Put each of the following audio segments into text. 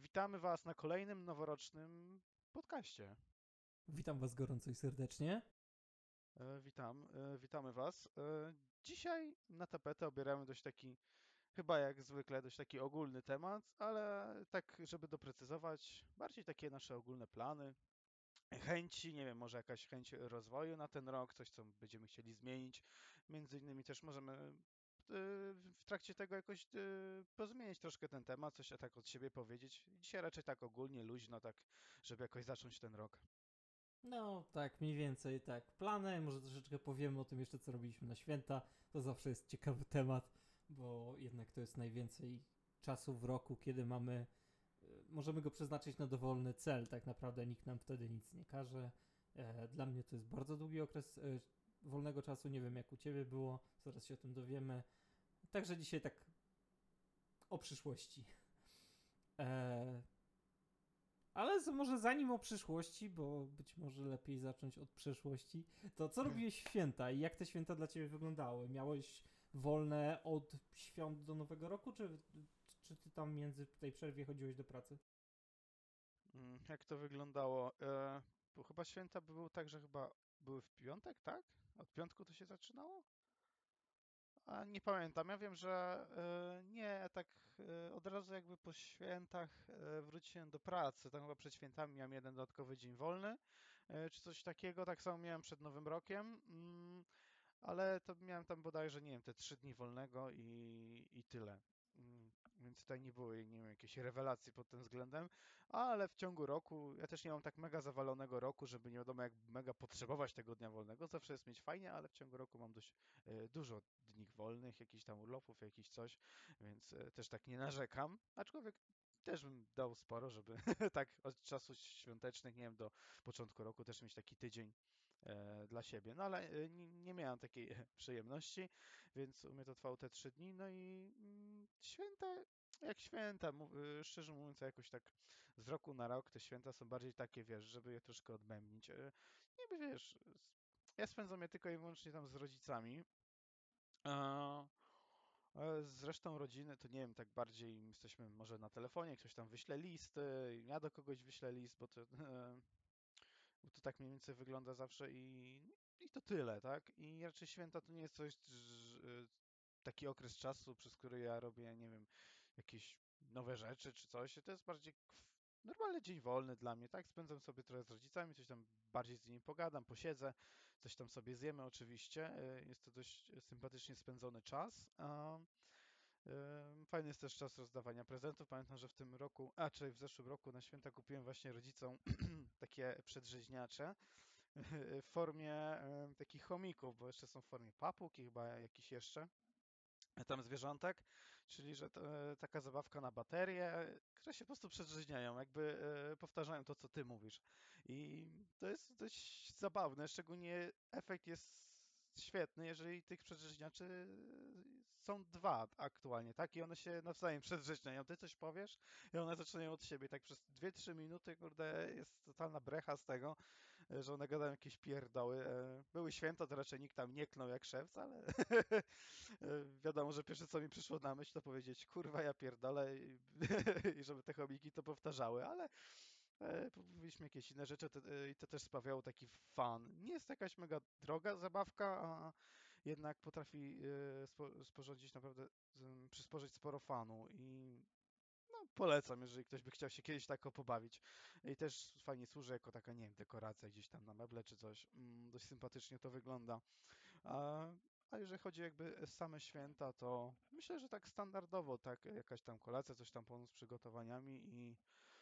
Witamy Was na kolejnym noworocznym podcaście. Witam Was gorąco i serdecznie. Witamy Was. Dzisiaj na tapetę obieramy dość taki, chyba jak zwykle, dość taki ogólny temat, ale tak, żeby doprecyzować, bardziej takie nasze ogólne plany, chęci, nie wiem, może jakaś chęć rozwoju na ten rok, coś, co będziemy chcieli zmienić. Między innymi też możemy w trakcie tego jakoś pozmienić troszkę ten temat, coś tak od siebie powiedzieć. Dzisiaj raczej tak ogólnie, luźno, tak, żeby jakoś zacząć ten rok. No tak, mniej więcej tak. Plany, może troszeczkę powiemy o tym jeszcze, co robiliśmy na święta. To zawsze jest ciekawy temat, bo jednak to jest najwięcej czasu w roku, kiedy możemy go przeznaczyć na dowolny cel. Tak naprawdę nikt nam wtedy nic nie każe. Dla mnie to jest bardzo długi okres wolnego czasu. Nie wiem, jak u Ciebie było, zaraz się o tym dowiemy. Także dzisiaj tak o przyszłości. E, Ale może zanim o przyszłości, bo być może lepiej zacząć od przeszłości, to co robiłeś w święta i jak te święta dla ciebie wyglądały? Miałeś wolne od świąt do Nowego Roku, czy ty tam między tej przerwie chodziłeś do pracy? Jak to wyglądało? Bo chyba święta były tak, że chyba były w piątek, tak? Od piątku to się zaczynało? A nie pamiętam. Ja wiem, że nie, tak od razu jakby po świętach wróciłem do pracy. Tam chyba przed świętami miałem jeden dodatkowy dzień wolny, czy coś takiego. Tak samo miałem przed Nowym Rokiem. Ale to miałem tam bodajże, nie wiem, te 3 dni wolnego i tyle. Więc tutaj nie było, nie wiem, jakiejś rewelacji pod tym względem, ale w ciągu roku, ja też nie mam tak mega zawalonego roku, żeby nie wiadomo jak mega potrzebować tego dnia wolnego. Zawsze jest mieć fajnie, ale w ciągu roku mam dość dużo dni wolnych, jakichś tam urlopów, jakiś coś, więc też tak nie narzekam. Aczkolwiek też bym dał sporo, żeby tak od czasów świątecznych, nie wiem, do początku roku też mieć taki tydzień dla siebie. No ale nie miałem takiej przyjemności, więc u mnie to trwało te 3 dni. No i święta, jak święta, szczerze mówiąc, jakoś tak z roku na rok te święta są bardziej takie, wiesz, żeby je troszkę odmębnić. Niby wiesz, ja spędzam je tylko i wyłącznie tam z rodzicami. A z resztą rodziny to nie wiem, tak bardziej jesteśmy może na telefonie, ktoś tam wyśle listy, ja do kogoś wyślę list, bo to tak mniej więcej wygląda zawsze i to tyle, tak? I raczej święta to nie jest coś, taki okres czasu, przez który ja robię, nie wiem, jakieś nowe rzeczy czy coś. To jest bardziej normalny dzień wolny dla mnie, tak? Spędzam sobie trochę z rodzicami, coś tam bardziej z nimi pogadam, posiedzę, coś tam sobie zjemy oczywiście. Jest to dość sympatycznie spędzony czas. Fajny jest też czas rozdawania prezentów. Pamiętam, że w tym roku, czyli w zeszłym roku na święta kupiłem właśnie rodzicom takie przedrzeźniacze w formie takich chomików, bo jeszcze są w formie papug i chyba jakiś jeszcze tam zwierzątek, czyli że to, taka zabawka na baterię, które się po prostu przedrzeźniają, jakby powtarzają to, co ty mówisz. I to jest dość zabawne, szczególnie efekt jest świetny, jeżeli tych przedrzeźniaczy są dwa aktualnie, tak? I one się nawzajem przedrzeźniają. Ty coś powiesz i one zaczynają od siebie. Tak przez 2-3 minuty, kurde, jest totalna brecha z tego, że one gadają jakieś pierdoły. Były święta, to raczej nikt tam nie klnął jak szewc, ale wiadomo, że pierwsze co mi przyszło na myśl to powiedzieć kurwa ja pierdolę i żeby te chomiki to powtarzały, ale mówiliśmy jakieś inne rzeczy i to też sprawiało taki fan. Nie jest to jakaś mega droga zabawka, a jednak potrafi sporządzić naprawdę, przysporzyć sporo fanu i no, polecam, jeżeli ktoś by chciał się kiedyś tak pobawić. I też fajnie służy jako taka, nie wiem, dekoracja gdzieś tam na meble czy coś. Dość sympatycznie to wygląda. A, a jeżeli chodzi jakby same święta, to myślę, że tak standardowo, tak jakaś tam kolacja, coś tam pomóc z przygotowaniami i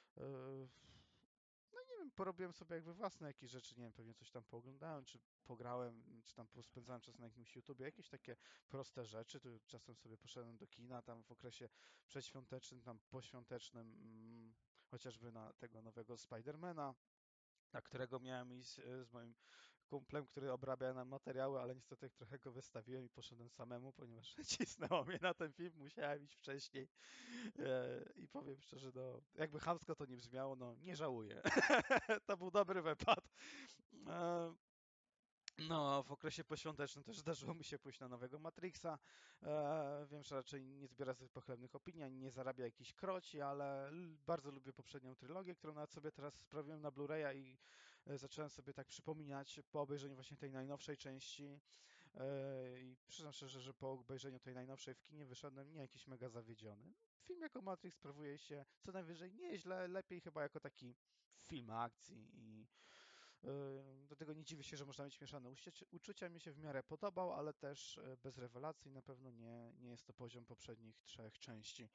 no nie wiem, porobiłem sobie jakby własne jakieś rzeczy, nie wiem, pewnie coś tam pooglądałem, czy pograłem, czy tam spędzałem czas na jakimś YouTubie, jakieś takie proste rzeczy, tu czasem sobie poszedłem do kina tam w okresie przedświątecznym, tam poświątecznym, chociażby na tego nowego Spidermana, na którego miałem iść z moim kumplem, który obrabia nam materiały, ale niestety trochę go wystawiłem i poszedłem samemu, ponieważ cisnęło mnie na ten film, musiałem iść wcześniej. I powiem szczerze, no, jakby chamsko to nie brzmiało, no nie żałuję. To był dobry wypad. E, No, w okresie poświątecznym też zdarzyło mi się pójść na nowego Matrixa. Wiem, że raczej nie zbiera zbyt pochlebnych opinii, ani nie zarabia jakichś kroci, ale bardzo lubię poprzednią trylogię, którą nawet sobie teraz sprawiłem na Blu-raya i zacząłem sobie tak przypominać po obejrzeniu właśnie tej najnowszej części. I przyznam szczerze, że po obejrzeniu tej najnowszej w kinie wyszedłem nie jakiś mega zawiedziony. Film jako Matrix sprawuje się co najwyżej nieźle, lepiej chyba jako taki film akcji i do tego nie dziwię się, że można mieć mieszane uczucia. Mi się w miarę podobał, ale też bez rewelacji. Na pewno nie jest to poziom poprzednich trzech części.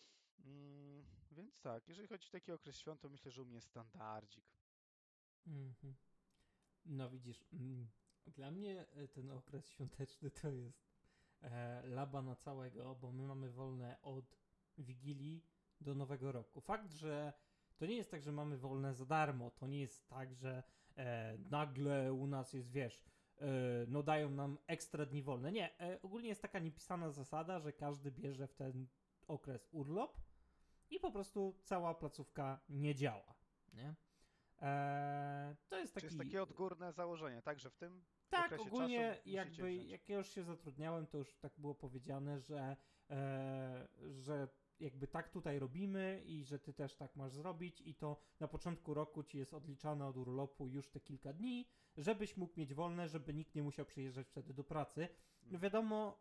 Więc tak, jeżeli chodzi o taki okres świąt, to myślę, że u mnie standardzik. Mhm. No widzisz, dla mnie ten okres świąteczny to jest laba na całego, bo my mamy wolne od Wigilii do Nowego Roku. Fakt, że to nie jest tak, że mamy wolne za darmo, to nie jest tak, że nagle u nas jest, wiesz, no dają nam ekstra dni wolne. Nie, ogólnie jest taka niepisana zasada, że każdy bierze w ten okres urlop i po prostu cała placówka nie działa, nie? To jest Czy jest taki. takie odgórne założenie, tak, że w tym Tak, okresie czasu ogólnie musicie jakby wziąć? jak ja już się zatrudniałem, to już tak było powiedziane, że jakby tak tutaj robimy i że ty też tak masz zrobić i to na początku roku ci jest odliczane od urlopu już te kilka dni, żebyś mógł mieć wolne, żeby nikt nie musiał przyjeżdżać wtedy do pracy. No wiadomo,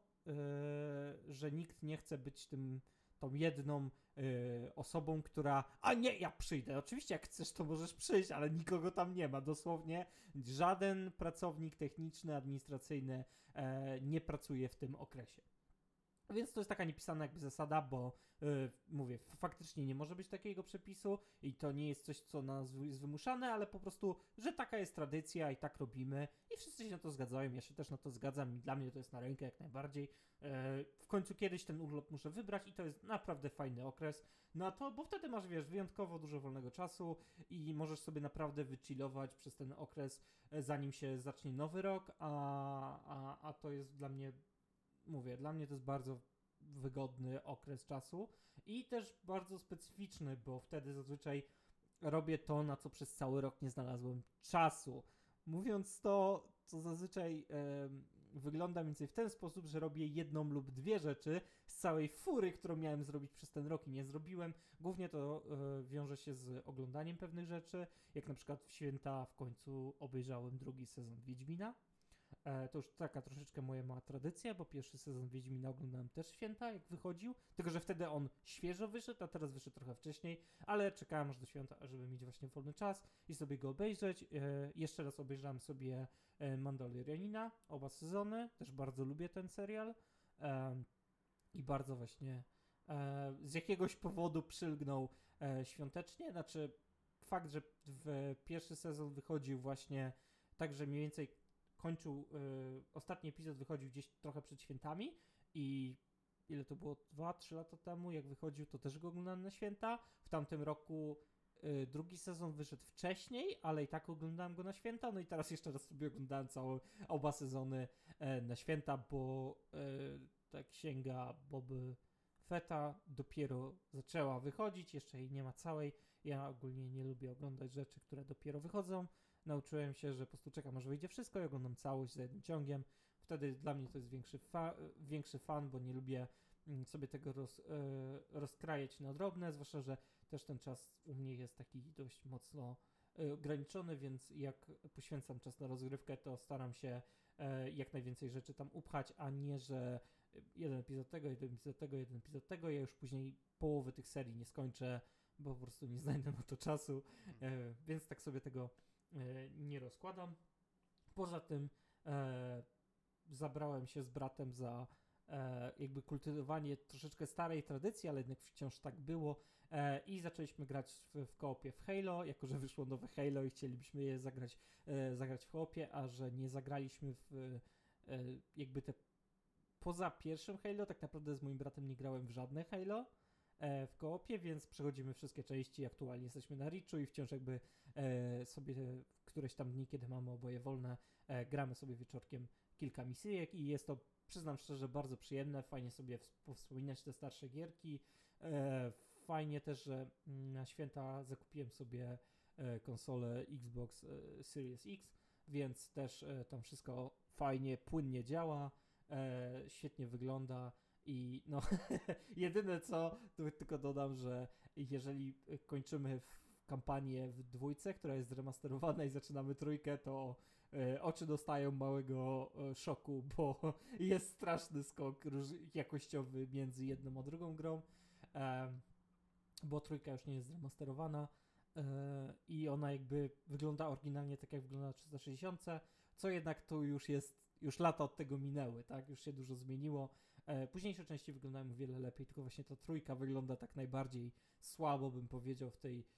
że nikt nie chce być tą jedną osobą, która a nie, ja przyjdę. Oczywiście jak chcesz, to możesz przyjść, ale nikogo tam nie ma. Dosłownie żaden pracownik techniczny, administracyjny nie pracuje w tym okresie. Więc to jest taka niepisana jakby zasada, bo mówię, faktycznie nie może być takiego przepisu i to nie jest coś, co nas jest wymuszane, ale po prostu, że taka jest tradycja i tak robimy i wszyscy się na to zgadzają, ja się też na to zgadzam i dla mnie to jest na rękę jak najbardziej. W końcu kiedyś ten urlop muszę wybrać i to jest naprawdę fajny okres na to, bo wtedy masz, wiesz, wyjątkowo dużo wolnego czasu i możesz sobie naprawdę wychillować przez ten okres, zanim się zacznie nowy rok, a to jest dla mnie, mówię, dla mnie to jest bardzo wygodny okres czasu i też bardzo specyficzny, bo wtedy zazwyczaj robię to, na co przez cały rok nie znalazłem czasu. Mówiąc to zazwyczaj wygląda mniej więcej w ten sposób, że robię jedną lub dwie rzeczy z całej fury, którą miałem zrobić przez ten rok i nie zrobiłem. Głównie to wiąże się z oglądaniem pewnych rzeczy, jak na przykład w święta w końcu obejrzałem drugi sezon Wiedźmina. To już taka troszeczkę moja mała tradycja, bo pierwszy sezon Wiedźmina oglądałem też w święta, jak wychodził, tylko że wtedy on świeżo wyszedł, a teraz wyszedł trochę wcześniej, ale czekałem aż do święta, żeby mieć właśnie wolny czas i sobie go obejrzeć. Jeszcze raz obejrzałem sobie Mandalorianina, oba sezony, też bardzo lubię ten serial i bardzo właśnie z jakiegoś powodu przylgnął świątecznie, znaczy fakt, że pierwszy sezon wychodził właśnie tak, że mniej więcej kończył, ostatni epizod wychodził gdzieś trochę przed świętami i ile to było? 2-3 lata temu, jak wychodził, to też go oglądałem na święta. W tamtym roku drugi sezon wyszedł wcześniej, ale i tak oglądałem go na święta. No i teraz jeszcze raz sobie oglądałem oba sezony na święta, bo ta księga Boby Fetta dopiero zaczęła wychodzić, jeszcze jej nie ma całej. Ja ogólnie nie lubię oglądać rzeczy, które dopiero wychodzą. Nauczyłem się, że po prostu czekam, aż wyjdzie wszystko i oglądam całość za jednym ciągiem. Wtedy dla mnie to jest większy fan, bo nie lubię sobie tego rozkrajać na drobne, zwłaszcza, że też ten czas u mnie jest taki dość mocno ograniczony, więc jak poświęcam czas na rozgrywkę, to staram się jak najwięcej rzeczy tam upchać, a nie, że jeden epizod tego, jeden epizod tego, jeden epizod tego. Ja już później połowy tych serii nie skończę, bo po prostu nie znajdę na to czasu, więc tak sobie tego nie rozkładam. Poza tym zabrałem się z bratem za jakby kultywowanie troszeczkę starej tradycji, ale jednak wciąż tak było i zaczęliśmy grać w koopie w Halo, jako że wyszło nowe Halo i chcielibyśmy je zagrać w koopie, a że nie zagraliśmy w jakby te poza pierwszym Halo, tak naprawdę z moim bratem nie grałem w żadne Halo w koopie, więc przechodzimy wszystkie części. Aktualnie jesteśmy na Reachu i wciąż jakby sobie w któreś tam dni, kiedy mamy oboje wolne, gramy sobie wieczorkiem kilka misyjek i jest to, przyznam szczerze, bardzo przyjemne. Fajnie sobie wspominać te starsze gierki. Fajnie też, że na święta zakupiłem sobie konsolę Xbox Series X, więc też tam wszystko fajnie, płynnie działa, świetnie wygląda i no jedyne co, to tylko dodam, że jeżeli kończymy kampanię w 2, która jest zremasterowana i zaczynamy 3, to oczy dostają małego szoku, bo jest straszny skok jakościowy między jedną a drugą grą, bo 3 już nie jest zremasterowana i ona jakby wygląda oryginalnie tak jak wygląda na 360, co jednak to już lata od tego minęły, tak? Już się dużo zmieniło. Późniejsze części wyglądają o wiele lepiej, tylko właśnie ta 3 wygląda tak najbardziej słabo, bym powiedział,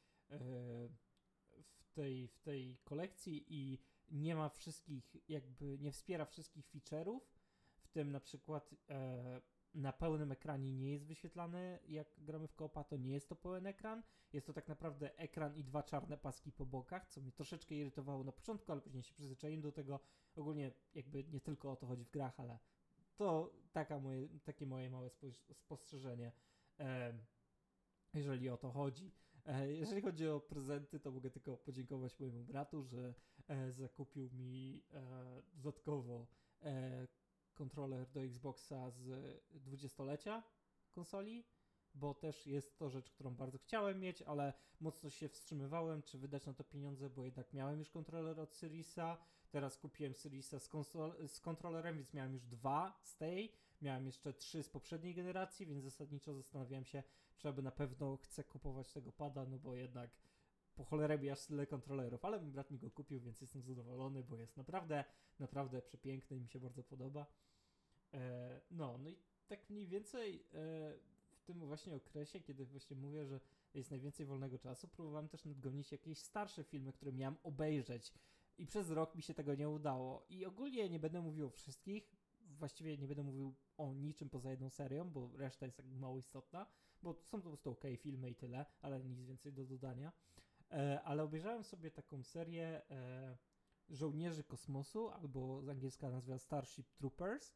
w tej kolekcji i nie ma wszystkich, jakby nie wspiera wszystkich feature'ów, w tym na przykład na pełnym ekranie nie jest wyświetlany, jak gramy w koopa, to nie jest to pełen ekran, jest to tak naprawdę ekran i 2 czarne paski po bokach, co mnie troszeczkę irytowało na początku, ale później się przyzwyczaiłem do tego. Ogólnie jakby nie tylko o to chodzi w grach, ale to takie moje małe spostrzeżenie, jeżeli o to chodzi. Jeżeli chodzi o prezenty, to mogę tylko podziękować mojemu bratu, że zakupił mi dodatkowo kontroler do Xboxa z 20-lecia konsoli, bo też jest to rzecz, którą bardzo chciałem mieć, ale mocno się wstrzymywałem, czy wydać na to pieniądze, bo jednak miałem już kontroler od Seriesa, teraz kupiłem Seriesa z kontrolerem, więc miałem już 2 z tej, miałem jeszcze 3 z poprzedniej generacji, więc zasadniczo zastanawiałem się, czy aby na pewno chcę kupować tego pada, no bo jednak po cholerę mi aż tyle kontrolerów, ale mój brat mi go kupił, więc jestem zadowolony, bo jest naprawdę, naprawdę przepiękny i mi się bardzo podoba. No i tak mniej więcej w tym właśnie okresie, kiedy właśnie mówię, że jest najwięcej wolnego czasu, próbowałem też nadgonić jakieś starsze filmy, które miałem obejrzeć i przez rok mi się tego nie udało. I ogólnie nie będę mówił o wszystkich, właściwie nie będę mówił o niczym poza jedną serią, bo reszta jest tak mało istotna, bo są to po prostu okej filmy i tyle, ale nic więcej do dodania. Ale obejrzałem sobie taką serię Żołnierzy Kosmosu, albo z angielska nazwa Starship Troopers.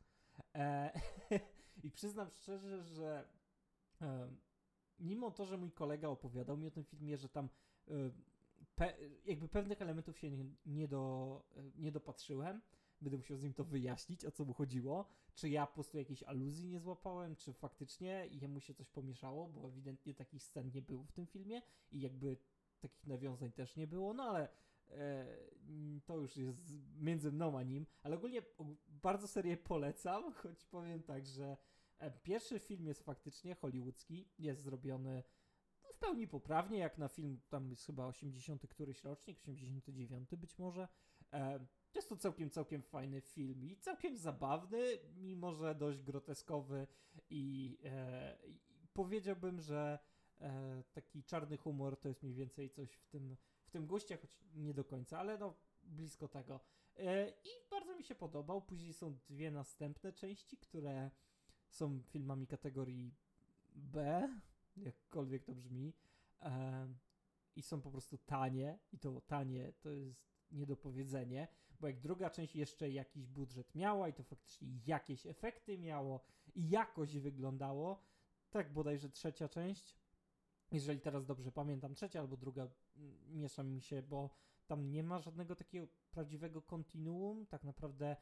I przyznam szczerze, że mimo to, że mój kolega opowiadał mi o tym filmie, że tam jakby pewnych elementów się nie dopatrzyłem, będę musiał z nim to wyjaśnić, o co mu chodziło, czy ja po prostu jakiejś aluzji nie złapałem, czy faktycznie jemu się coś pomieszało, bo ewidentnie takich scen nie było w tym filmie i jakby takich nawiązań też nie było, no ale to już jest między mną a nim, ale ogólnie bardzo serię polecam, choć powiem tak, że pierwszy film jest faktycznie hollywoodzki, jest zrobiony w pełni poprawnie, jak na film, tam jest chyba 80 któryś rocznik, 89 być może. Jest to całkiem fajny film i całkiem zabawny, mimo że dość groteskowy i powiedziałbym, że taki czarny humor to jest mniej więcej coś w tym guście, choć nie do końca, ale no blisko tego. I bardzo mi się podobał. Później są 2 następne części, które są filmami kategorii B, jakkolwiek to brzmi, i są po prostu tanie i to tanie to jest niedopowiedzenie, bo jak druga część jeszcze jakiś budżet miała i to faktycznie jakieś efekty miało i jakoś wyglądało, tak bodajże trzecia część, jeżeli teraz dobrze pamiętam, trzecia albo druga, miesza mi się, bo tam nie ma żadnego takiego prawdziwego kontinuum, tak naprawdę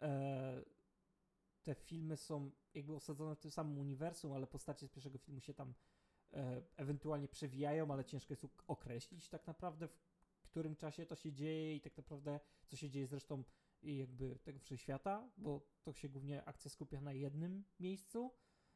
te filmy są jakby osadzone w tym samym uniwersum, ale postacie z pierwszego filmu się tam ewentualnie przewijają, ale ciężko jest określić tak naprawdę w którym czasie to się dzieje i tak naprawdę co się dzieje z resztą jakby tego wszechświata, bo to się głównie akcja skupia na jednym miejscu.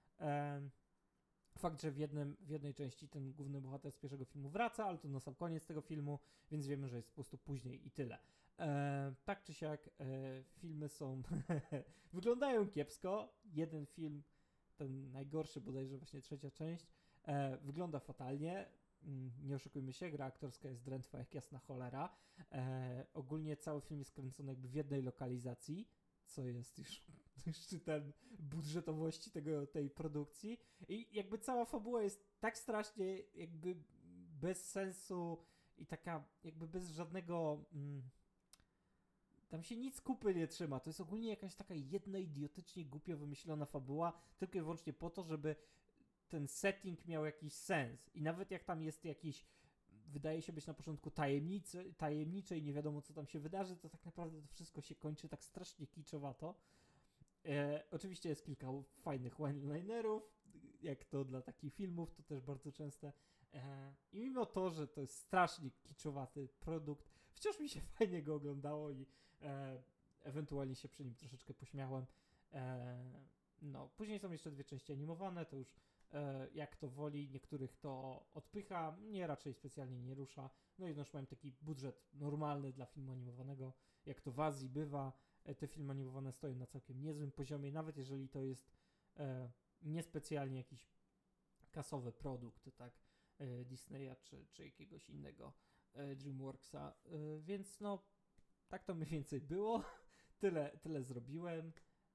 Fakt, że w jednej części ten główny bohater z pierwszego filmu wraca, ale to na sam koniec tego filmu, więc wiemy, że jest po prostu później i tyle. Tak czy siak filmy są wyglądają kiepsko. Jeden film, ten najgorszy bodajże właśnie trzecia część, wygląda fatalnie. Nie oszukujmy się, gra aktorska jest drętwa jak jasna cholera. Ogólnie cały film jest kręcony jakby w jednej lokalizacji, co jest już szczytem budżetowości tej produkcji. I jakby cała fabuła jest tak strasznie jakby bez sensu i taka jakby bez żadnego... tam się nic kupy nie trzyma. To jest ogólnie jakaś taka jedna idiotycznie głupio wymyślona fabuła, tylko i wyłącznie po to, żeby ten setting miał jakiś sens. I nawet jak tam jest jakiś wydaje się być na początku tajemnicze i nie wiadomo, co tam się wydarzy, to tak naprawdę to wszystko się kończy tak strasznie kiczowato. Oczywiście jest kilka fajnych one-linerów, jak to dla takich filmów, to też bardzo częste. I mimo to, że to jest strasznie kiczowaty produkt, wciąż mi się fajnie go oglądało i ewentualnie się przy nim troszeczkę pośmiałem. No, później są jeszcze dwie części animowane, to już jak to woli, niektórych to odpycha, mnie raczej specjalnie nie rusza. No i już mają taki budżet normalny dla filmu animowanego, jak to w Azji bywa. Te filmy animowane stoją na całkiem niezłym poziomie, nawet jeżeli to jest niespecjalnie jakiś kasowy produkt, tak, Disneya czy jakiegoś innego DreamWorksa, więc no, tak to mniej więcej było, tyle zrobiłem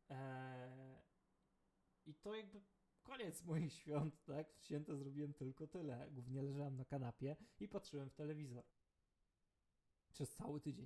i to jakby koniec moich świąt, tak, w święta zrobiłem tylko tyle, głównie leżałem na kanapie i patrzyłem w telewizor przez cały tydzień.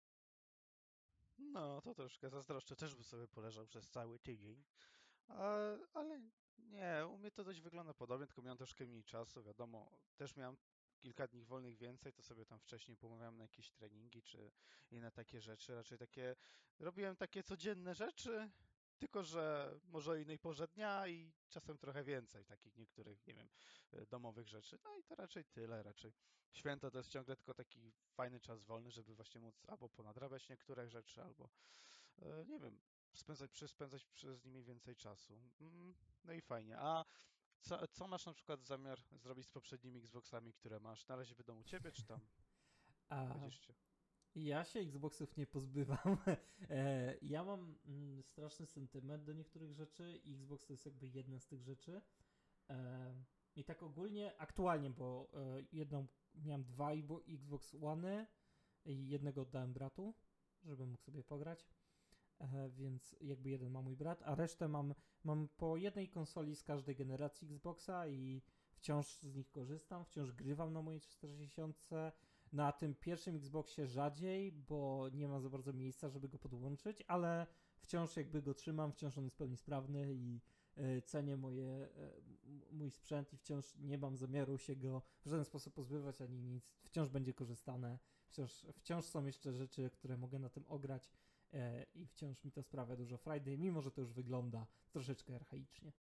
No, to troszkę zazdroszczę. Też bym sobie poleżał przez cały tydzień. Ale nie, u mnie to dość wygląda podobnie, tylko miałem troszkę mniej czasu, wiadomo. Też miałem kilka dni wolnych więcej, to sobie tam wcześniej pomawiałem na jakieś treningi czy inne takie rzeczy. Raczej robiłem takie codzienne rzeczy, tylko że może o innej porze dnia i czasem trochę więcej takich niektórych, nie wiem, domowych rzeczy. No i to raczej tyle, raczej. Święto to jest ciągle tylko taki fajny czas wolny, żeby właśnie móc albo ponadrabiać niektóre rzeczy, albo nie wiem, spędzać przez nimi więcej czasu. No i fajnie. A co masz na przykład zamiar zrobić z poprzednimi Xboxami, które masz? Na razie będą u ciebie, czy tam A będziesz się... Ja się Xboxów nie pozbywam. Ja mam straszny sentyment do niektórych rzeczy i Xbox to jest jakby jedna z tych rzeczy. I tak ogólnie, aktualnie, bo jedną miałem dwa Xbox One i jednego oddałem bratu, żeby mógł sobie pograć. Więc jakby jeden ma mój brat, a resztę mam po jednej konsoli z każdej generacji Xboxa i wciąż z nich korzystam, wciąż grywam na mojej 460. Na tym pierwszym Xboxie rzadziej, bo nie ma za bardzo miejsca, żeby go podłączyć, ale wciąż jakby go trzymam, wciąż on jest pełni sprawny i cenię mój sprzęt i wciąż nie mam zamiaru się go w żaden sposób pozbywać ani nic. Wciąż będzie korzystane, wciąż są jeszcze rzeczy, które mogę na tym ograć i wciąż mi to sprawia dużo frajdy, mimo że to już wygląda troszeczkę archaicznie.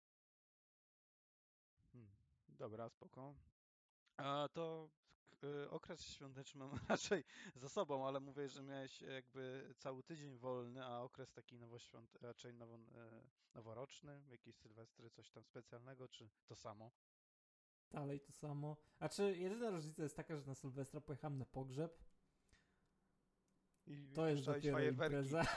Hmm. Dobra, spoko. A to okres świąteczny mam raczej za sobą, ale mówię, że miałeś jakby cały tydzień wolny, a okres taki raczej noworoczny, jakieś sylwestry, coś tam specjalnego, czy to samo? Dalej to samo. A czy jedyna różnica jest taka, że na Sylwestra pojechałem na pogrzeb? I To jest wypuszczałeś dopiero fajerwerki. impreza.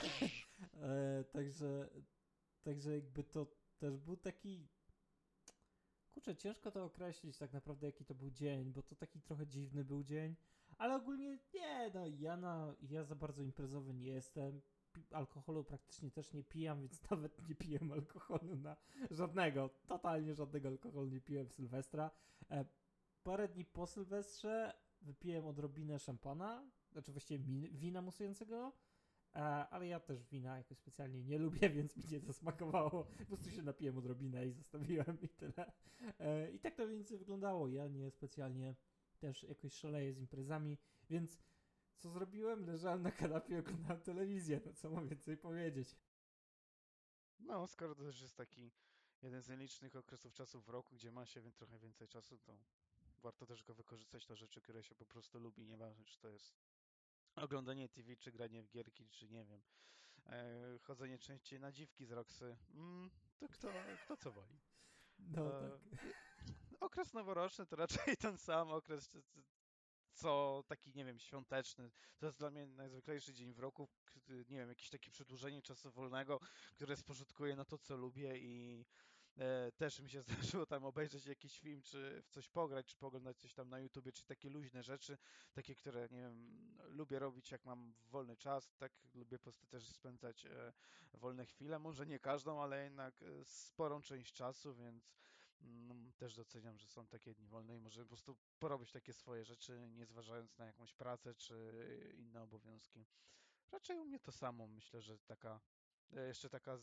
Także jakby to też był taki... Kurczę, ciężko to określić tak naprawdę, jaki to był dzień, bo to taki trochę dziwny był dzień. Ale ogólnie nie, no ja za bardzo imprezowy nie jestem. Alkoholu praktycznie też nie pijam, więc nawet nie piłem alkoholu na żadnego, totalnie żadnego alkoholu nie piłem w Sylwestra. E, Parę dni po Sylwestrze wypiłem odrobinę szampana, znaczy właściwie wina musującego, ale ja też wina jakoś specjalnie nie lubię, więc mi nie zasmakowało. Po prostu się napiłem odrobinę i zostawiłem i tyle. I tak to mniej więcej wyglądało. Ja nie specjalnie też jakoś szaleję z imprezami, więc co zrobiłem? Leżałem na kanapie i oglądałem telewizję. No co mam więcej powiedzieć? No, skoro to też jest taki jeden z nielicznych okresów czasu w roku, gdzie ma się trochę więcej czasu, to warto też go wykorzystać do rzeczy, które się po prostu lubi, nieważne czy to jest oglądanie TV, czy granie w gierki, czy nie wiem, chodzenie częściej na dziwki z Roxy. To kto co woli. No tak. E, Okres noworoczny to raczej ten sam okres, co taki, nie wiem, świąteczny. To jest dla mnie najzwyklejszy dzień w roku, nie wiem, jakieś takie przedłużenie czasu wolnego, które spożytkuję na to, co lubię i też mi się zdarzyło tam obejrzeć jakiś film, czy w coś pograć, czy poglądać coś tam na YouTubie, czy takie luźne rzeczy, takie, które, nie wiem, lubię robić, jak mam wolny czas, tak lubię po prostu też spędzać wolne chwile, może nie każdą, ale jednak sporą część czasu, więc też doceniam, że są takie dni wolne i może po prostu porobić takie swoje rzeczy, nie zważając na jakąś pracę czy inne obowiązki. Raczej u mnie to samo. Myślę, że jeszcze taka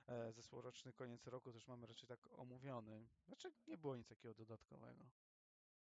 zeszłoroczny koniec roku też mamy raczej tak omówiony. Raczej nie było nic takiego dodatkowego.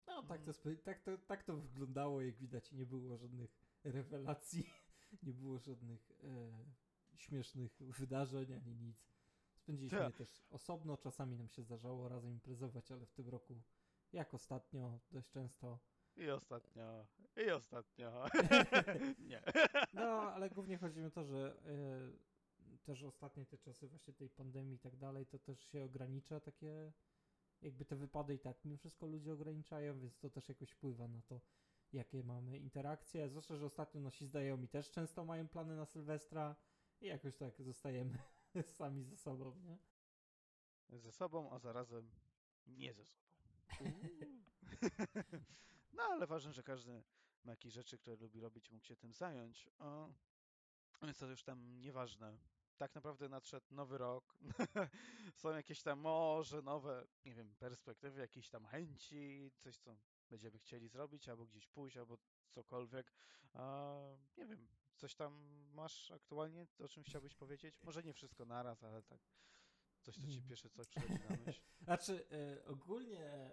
No, tak to wyglądało, jak widać, nie było żadnych rewelacji, nie było żadnych śmiesznych wydarzeń, ani nic. Spędziliśmy je też osobno, czasami nam się zdarzało razem imprezować, ale w tym roku, jak ostatnio, dość często. I ostatnio, i ostatnio. Nie. No, ale głównie chodzi mi o to, że też ostatnie te czasy właśnie tej pandemii i tak dalej, to też się ogranicza takie, jakby te wypady i tak mimo wszystko ludzie ograniczają, więc to też jakoś wpływa na to, jakie mamy interakcje. Zwłaszcza, że ostatnio nasi znajomi też często mają plany na Sylwestra i jakoś tak zostajemy sami ze sobą, nie? Ze sobą, a zarazem nie ze sobą. No, ale ważne, że każdy ma jakieś rzeczy, które lubi robić, mógł się tym zająć. Więc to już tam nieważne. Tak naprawdę nadszedł nowy rok. Są jakieś tam może nowe, nie wiem, perspektywy, jakieś tam chęci, coś, co będziemy chcieli zrobić, albo gdzieś pójść, albo cokolwiek. Nie wiem, coś tam masz aktualnie, o czym chciałbyś powiedzieć? Może nie wszystko naraz, ale tak coś, co ci pierwsze co przychodzi na myśl. Znaczy, ogólnie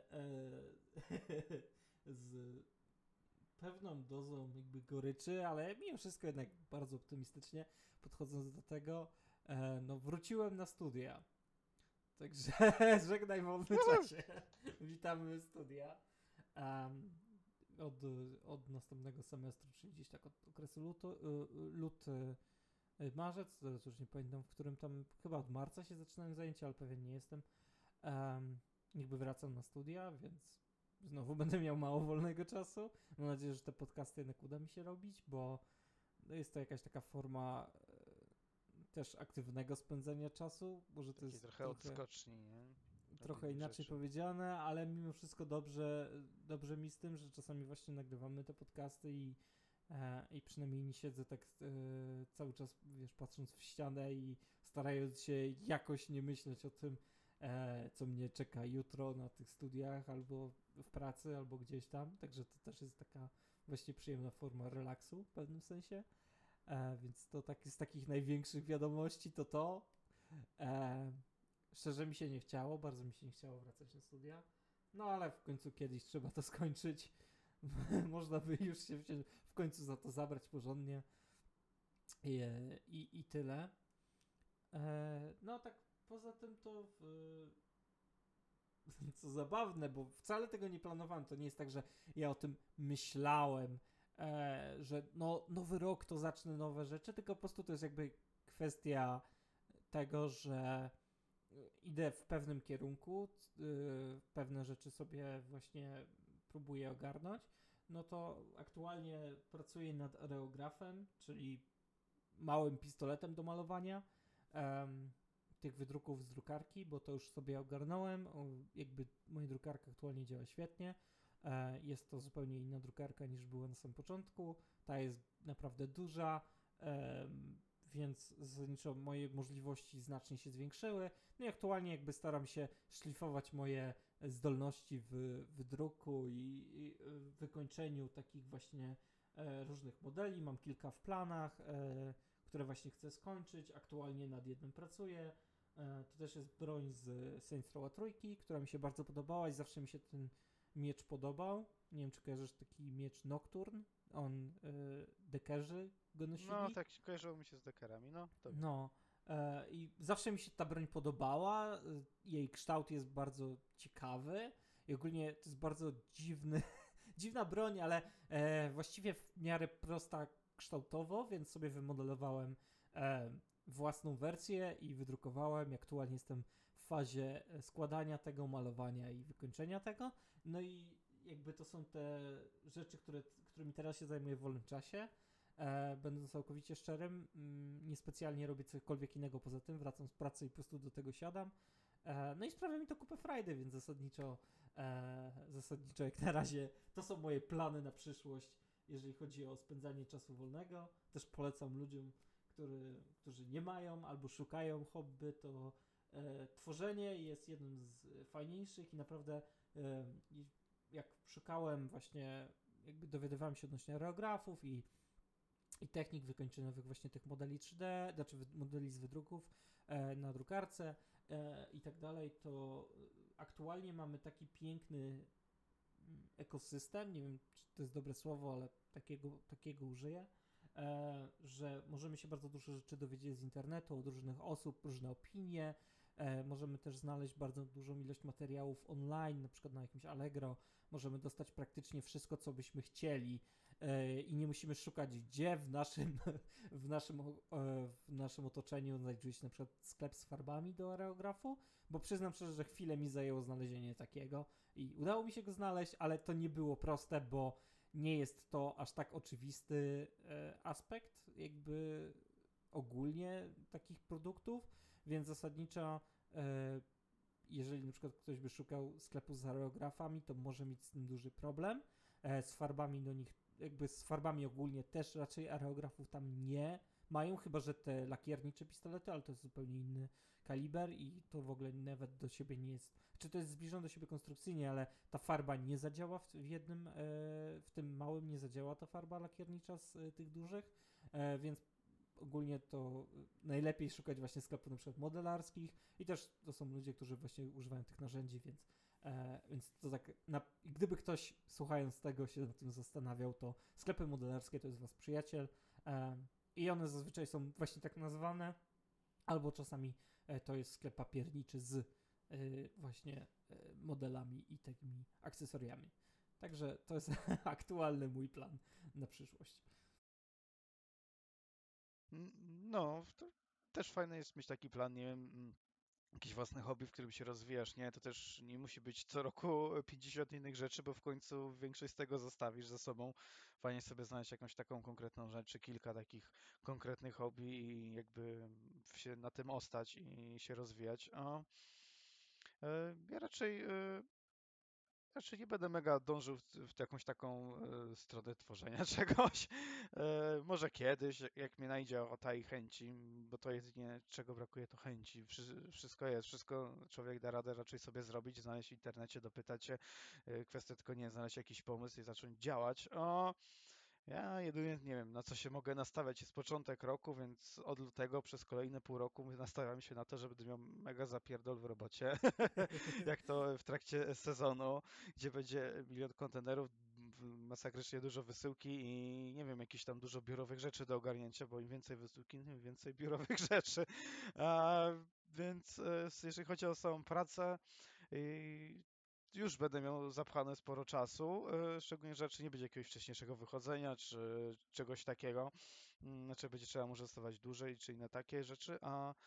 z pewną dozą jakby goryczy, ale mimo wszystko jednak bardzo optymistycznie podchodząc do tego, no wróciłem na studia. Także żegnaj wolny czasie. Witamy w studia. Um, od następnego semestru, czyli gdzieś tak od okresu marzec, teraz już nie pamiętam, w którym tam, chyba od marca się zaczynałem zajęcia, ale pewien nie jestem. Jakby wracam na studia, więc znowu będę miał mało wolnego czasu. Mam nadzieję, że te podcasty jednak uda mi się robić, bo no jest to jakaś taka forma też aktywnego spędzania czasu. Może to Taki jest trochę odskoczni, nie? trochę inaczej rzeczy. powiedziane, ale mimo wszystko dobrze mi z tym, że czasami właśnie nagrywamy te podcasty i przynajmniej nie siedzę tak cały czas, wiesz, patrząc w ścianę i starając się jakoś nie myśleć o tym, co mnie czeka jutro na tych studiach, albo w pracy, albo gdzieś tam. Także to też jest taka właśnie przyjemna forma relaksu w pewnym sensie. Więc to tak z takich największych wiadomości to. E, Szczerze mi się nie chciało, bardzo mi się nie chciało wracać na studia. No ale w końcu kiedyś trzeba to skończyć. Można by już się w końcu za to zabrać porządnie. I tyle. No tak poza tym to co zabawne, bo wcale tego nie planowałem. To nie jest tak, że ja o tym myślałem, że no nowy rok to zacznę nowe rzeczy, tylko po prostu to jest jakby kwestia tego, że idę w pewnym kierunku, pewne rzeczy sobie właśnie próbuję ogarnąć, no to aktualnie pracuję nad areografem, czyli małym pistoletem do malowania tych wydruków z drukarki, bo to już sobie ogarnąłem. Jakby moja drukarka aktualnie działa świetnie. Jest to zupełnie inna drukarka niż była na samym początku. Ta jest naprawdę duża, więc zasadniczo moje możliwości znacznie się zwiększyły. No i aktualnie jakby staram się szlifować moje zdolności w druku i wykończeniu takich właśnie różnych modeli. Mam kilka w planach, które właśnie chcę skończyć. Aktualnie nad jednym pracuję. To też jest broń z Saints Row trójki, która mi się bardzo podobała i zawsze mi się ten miecz podobał. Nie wiem, czy kojarzysz taki miecz Nocturne. On, dekerzy go nosili. No, tak kojarzyło mi się z dekerami, no. To wiem. No. I zawsze mi się ta broń podobała. Jej kształt jest bardzo ciekawy. I ogólnie to jest bardzo dziwna broń, ale właściwie w miarę prosta kształtowo, więc sobie wymodelowałem własną wersję i wydrukowałem. Aktualnie jestem w fazie składania tego, malowania i wykończenia tego. No i jakby to są te rzeczy, którymi teraz się zajmuję w wolnym czasie. Będąc całkowicie szczerym, niespecjalnie robię cokolwiek innego poza tym. Wracam z pracy i po prostu do tego siadam. No i sprawia mi to kupę frajdy, więc zasadniczo jak na razie to są moje plany na przyszłość, jeżeli chodzi o spędzanie czasu wolnego. Też polecam ludziom, którzy nie mają albo szukają hobby, to tworzenie jest jednym z fajniejszych i naprawdę jak szukałem właśnie, jakby dowiadywałem się odnośnie aerografów i technik wykończeniowych właśnie tych modeli 3D, znaczy modeli z wydruków na drukarce i tak dalej, to aktualnie mamy taki piękny ekosystem, nie wiem czy to jest dobre słowo, ale takiego użyję, że możemy się bardzo dużo rzeczy dowiedzieć z internetu, od różnych osób, różne opinie, możemy też znaleźć bardzo dużą ilość materiałów online, na przykład na jakimś Allegro, możemy dostać praktycznie wszystko, co byśmy chcieli i nie musimy szukać, gdzie w naszym otoczeniu znajduje się na przykład sklep z farbami do aerografu, bo przyznam szczerze, że chwilę mi zajęło znalezienie takiego i udało mi się go znaleźć, ale to nie było proste, bo nie jest to aż tak oczywisty aspekt jakby ogólnie takich produktów, więc zasadniczo jeżeli na przykład ktoś by szukał sklepu z aerografami, to może mieć z tym duży problem. Z farbami do nich, jakby z farbami ogólnie też raczej aerografów tam nie mają, chyba że te lakiernicze pistolety, ale to jest zupełnie inny kaliber i to w ogóle nawet do siebie nie jest, czy to jest zbliżone do siebie konstrukcyjnie, ale ta farba nie zadziała w tym małym nie zadziała ta farba lakiernicza z tych dużych, więc ogólnie to najlepiej szukać właśnie sklepów na przykład modelarskich i też to są ludzie, którzy właśnie używają tych narzędzi, więc to tak, gdyby ktoś słuchając tego się nad tym zastanawiał, to sklepy modelarskie to jest was przyjaciel i one zazwyczaj są właśnie tak nazwane, albo czasami to jest sklep papierniczy z właśnie modelami i takimi akcesoriami. Także to jest aktualny mój plan na przyszłość. No, to też fajne jest mieć taki plan, nie wiem, jakiś własny hobby, w którym się rozwijasz, nie? To też nie musi być co roku 50 innych rzeczy, bo w końcu większość z tego zostawisz za sobą. Fajnie sobie znaleźć jakąś taką konkretną rzecz, czy kilka takich konkretnych hobby i jakby się na tym ostać i się rozwijać. Ja raczej nie będę mega dążył w jakąś taką stronę tworzenia czegoś. Może kiedyś, jak mnie najdzie ochota i chęci, bo to jedynie czego brakuje to chęci. Wszystko jest, wszystko człowiek da radę raczej sobie zrobić, znaleźć w internecie, dopytać się. Kwestia tylko nie znaleźć jakiś pomysł i zacząć działać. Ja jedynie nie wiem, na co się mogę nastawiać. Jest początek roku, więc od lutego przez kolejne pół roku nastawiam się na to, że będę miał mega zapierdol w robocie. Jak to w trakcie sezonu, gdzie będzie milion kontenerów, masakrycznie dużo wysyłki i nie wiem, jakieś tam dużo biurowych rzeczy do ogarnięcia, bo im więcej wysyłki, tym więcej biurowych rzeczy. Więc jeżeli chodzi o samą pracę, już będę miał zapchane sporo czasu, szczególnie, że raczej nie będzie jakiegoś wcześniejszego wychodzenia, czy czegoś takiego. Znaczy będzie trzeba może zostawać dłużej, czy inne takie rzeczy,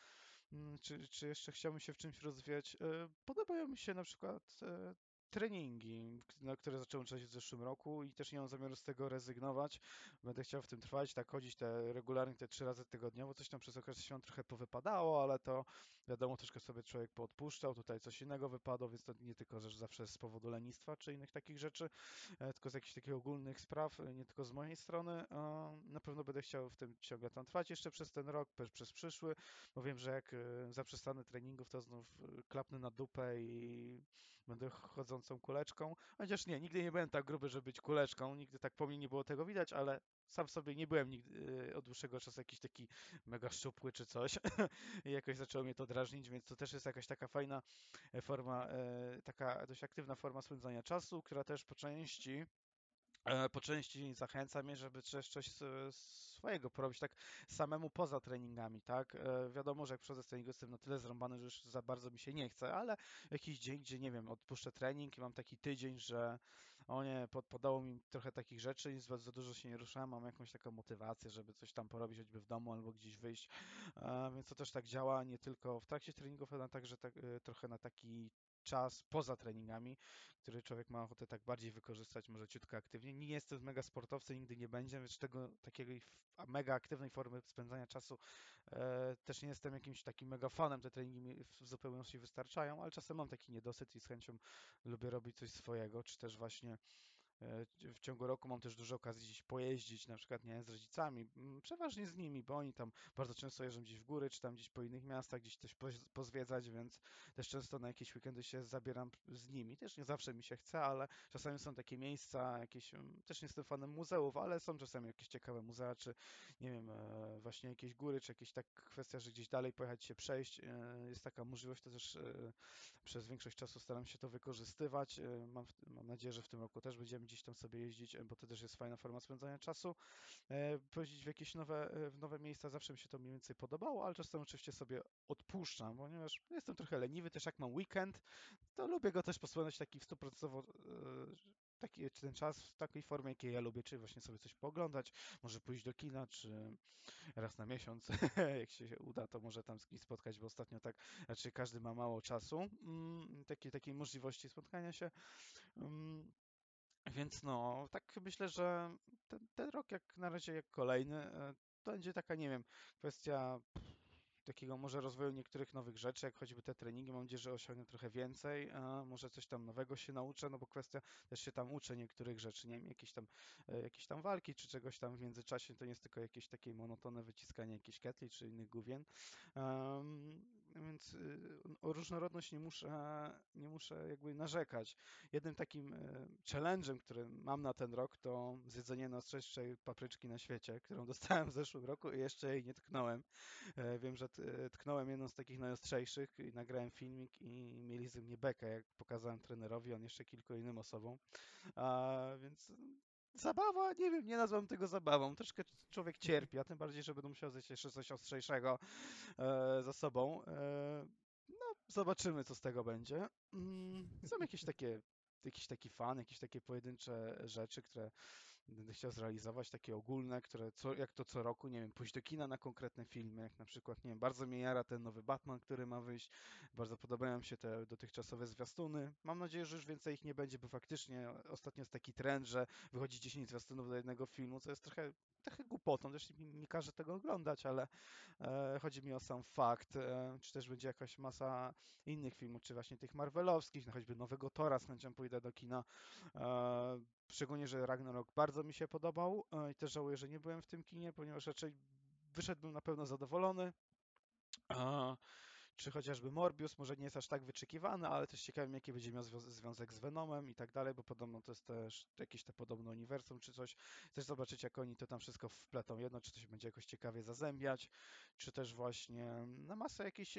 czy jeszcze chciałbym się w czymś rozwijać? Podobają mi się na przykład treningi, na które zacząłem czytać w zeszłym roku i też nie mam zamiaru z tego rezygnować. Będę chciał w tym trwać, tak chodzić regularnie te 3 razy tygodniowo. Coś tam przez okres świąt trochę powypadało, ale to wiadomo, troszkę sobie człowiek poodpuszczał. Tutaj coś innego wypadło, więc to nie tylko że zawsze z powodu lenistwa czy innych takich rzeczy, tylko z jakichś takich ogólnych spraw, nie tylko z mojej strony. Na pewno będę chciał w tym ciągle tam trwać jeszcze przez ten rok, przez przyszły, bo wiem, że jak zaprzestanę treningów, to znów klapnę na dupę i będę chodzącą kuleczką. Chociaż nie, nigdy nie byłem tak gruby, żeby być kuleczką, nigdy tak po mnie nie było tego widać, ale sam w sobie nie byłem nigdy od dłuższego czasu jakiś taki mega szczupły czy coś i jakoś zaczęło mnie to drażnić, więc to też jest jakaś taka fajna forma, taka dość aktywna forma spędzania czasu, która też po części zachęca mnie, żeby też coś swojego porobić, tak samemu poza treningami, tak? Wiadomo, że jak przychodzę z treningu, jestem na tyle zrąbany, że już za bardzo mi się nie chce, ale jakiś dzień, gdzie nie wiem, odpuszczę trening i mam taki tydzień, że o nie, podało mi trochę takich rzeczy i za dużo się nie ruszałem, mam jakąś taką motywację, żeby coś tam porobić, choćby w domu albo gdzieś wyjść, więc to też tak działa, nie tylko w trakcie treningów, ale także tak, trochę na taki czas poza treningami, który człowiek ma ochotę tak bardziej wykorzystać, może ciutko aktywnie. Nie jestem mega sportowcem, nigdy nie będzie, więc tego takiej mega aktywnej formy spędzania czasu też nie jestem jakimś takim mega fanem. Te treningi mi w zupełności wystarczają, ale czasem mam taki niedosyt i z chęcią lubię robić coś swojego, czy też właśnie W ciągu roku mam też dużo okazji gdzieś pojeździć, na przykład nie z rodzicami, przeważnie z nimi, bo oni tam bardzo często jeżdżą gdzieś w góry, czy tam gdzieś po innych miastach, gdzieś coś pozwiedzać, więc też często na jakieś weekendy się zabieram z nimi. Też nie zawsze mi się chce, ale czasami są takie miejsca, jakieś, też nie jestem fanem muzeów, ale są czasami jakieś ciekawe muzea, czy nie wiem, właśnie jakieś góry, czy jakieś tak kwestia, że gdzieś dalej pojechać się przejść. Jest taka możliwość, to też przez większość czasu staram się to wykorzystywać. Mam nadzieję, że w tym roku też będziemy gdzieś tam sobie jeździć, bo to też jest fajna forma spędzania czasu. Pojeździć w jakieś nowe miejsca, zawsze mi się to mniej więcej podobało, ale czasem oczywiście sobie odpuszczam, ponieważ jestem trochę leniwy, też jak mam weekend, to lubię go też pospędzać taki w 100% taki ten czas w takiej formie, jakiej ja lubię, czyli właśnie sobie coś pooglądać, może pójść do kina, czy raz na miesiąc, jak się uda, to może tam z kimś spotkać, bo ostatnio tak raczej każdy ma mało czasu, takiej możliwości spotkania się. Mm, Więc no, tak myślę, że ten rok jak na razie jak kolejny, to będzie taka, nie wiem, kwestia takiego może rozwoju niektórych nowych rzeczy, jak choćby te treningi. Mam nadzieję, że osiągnę trochę więcej, a może coś tam nowego się nauczę, no bo kwestia też się tam uczę niektórych rzeczy, nie wiem, jakieś tam walki czy czegoś tam w międzyczasie, to nie jest tylko jakieś takie monotonne wyciskanie jakichś ketli czy innych główien. Więc o różnorodność nie muszę jakby narzekać. Jednym takim challenge'em, który mam na ten rok, to zjedzenie najostrzejszej papryczki na świecie, którą dostałem w zeszłym roku i jeszcze jej nie tknąłem. Wiem, że tknąłem jedną z takich najostrzejszych i nagrałem filmik i mieli ze mnie bekę, jak pokazałem trenerowi, on jeszcze kilku innym osobom. Więc zabawa, nie wiem, nie nazwam tego zabawą. Troszkę człowiek cierpi, a tym bardziej, że będę musiał zjeść jeszcze coś ostrzejszego za sobą. No, zobaczymy, co z tego będzie. Są jakiś taki fan, jakieś takie pojedyncze rzeczy, które będę chciał zrealizować, takie ogólne, które jak to co roku, nie wiem, pójść do kina na konkretne filmy, jak na przykład, nie wiem, bardzo mnie jara ten nowy Batman, który ma wyjść, bardzo podobają mi się te dotychczasowe zwiastuny. Mam nadzieję, że już więcej ich nie będzie, bo faktycznie ostatnio jest taki trend, że wychodzi 10 zwiastunów do jednego filmu, co jest trochę głupotą, też nie każę tego oglądać, ale chodzi mi o sam fakt, czy też będzie jakaś masa innych filmów, czy właśnie tych Marvelowskich, no choćby nowego Tora, z chęcią pójdę do kina. Szczególnie, że Ragnarok bardzo mi się podobał i też żałuję, że nie byłem w tym kinie, ponieważ raczej wyszedłbym na pewno zadowolony. Czy chociażby Morbius, może nie jest aż tak wyczekiwany, ale też ciekawym, jaki będzie miał związek z Venomem i tak dalej, bo podobno to jest też jakieś te podobne uniwersum czy coś. Też zobaczyć, jak oni to tam wszystko wpletą jedno, czy to się będzie jakoś ciekawie zazębiać, czy też właśnie na masę jakichś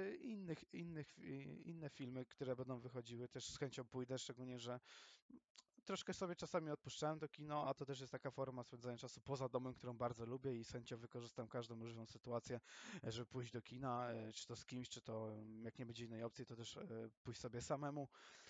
inne filmy, które będą wychodziły. Też z chęcią pójdę, szczególnie, że troszkę sobie czasami odpuszczałem to kino, a to też jest taka forma spędzania czasu poza domem, którą bardzo lubię i z chęcią wykorzystam każdą możliwą sytuację, żeby pójść do kina, czy to z kimś, czy to jak nie będzie innej opcji, to też pójść sobie samemu.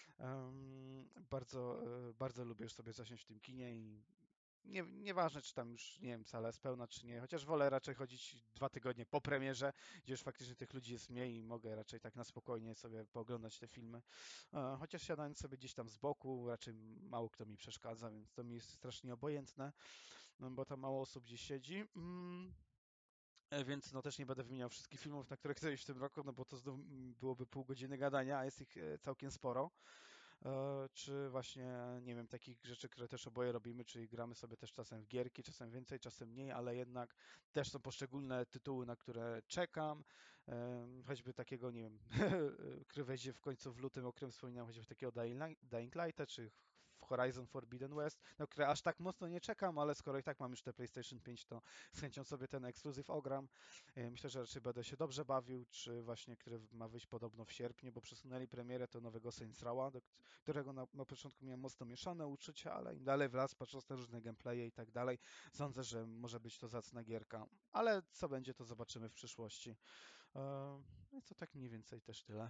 Bardzo lubię już sobie zasiąść w tym kinie i nieważne, czy tam już, nie wiem, sala jest pełna, czy nie, chociaż wolę raczej chodzić 2 tygodnie po premierze, gdzie już faktycznie tych ludzi jest mniej i mogę raczej tak na spokojnie sobie pooglądać te filmy. Chociaż siadając sobie gdzieś tam z boku, raczej mało kto mi przeszkadza, więc to mi jest strasznie obojętne, no bo tam mało osób gdzieś siedzi. Więc no też nie będę wymieniał wszystkich filmów, na które chcę iść w tym roku, no bo to znów byłoby pół godziny gadania, a jest ich całkiem sporo. Czy właśnie, nie wiem, takich rzeczy, które też oboje robimy, czyli gramy sobie też czasem w gierki, czasem więcej, czasem mniej, ale jednak też są poszczególne tytuły, na które czekam. Choćby takiego, nie wiem, który wejdzie w końcu w lutym, o którym wspominałem, choćby takiego Dying Lighta, czy w Horizon Forbidden West, na które aż tak mocno nie czekam, ale skoro i tak mam już te PlayStation 5, to z chęcią sobie ten ekskluzyw ogram. Myślę, że raczej będę się dobrze bawił, czy właśnie, który ma wyjść podobno w sierpniu, bo przesunęli premierę to nowego Saints Row'a, którego na początku miałem mocno mieszane uczucia, ale im dalej w las, patrząc na różne gameplaye i tak dalej, sądzę, że może być to zacna gierka. Ale co będzie, to zobaczymy w przyszłości. No i to tak mniej więcej też tyle.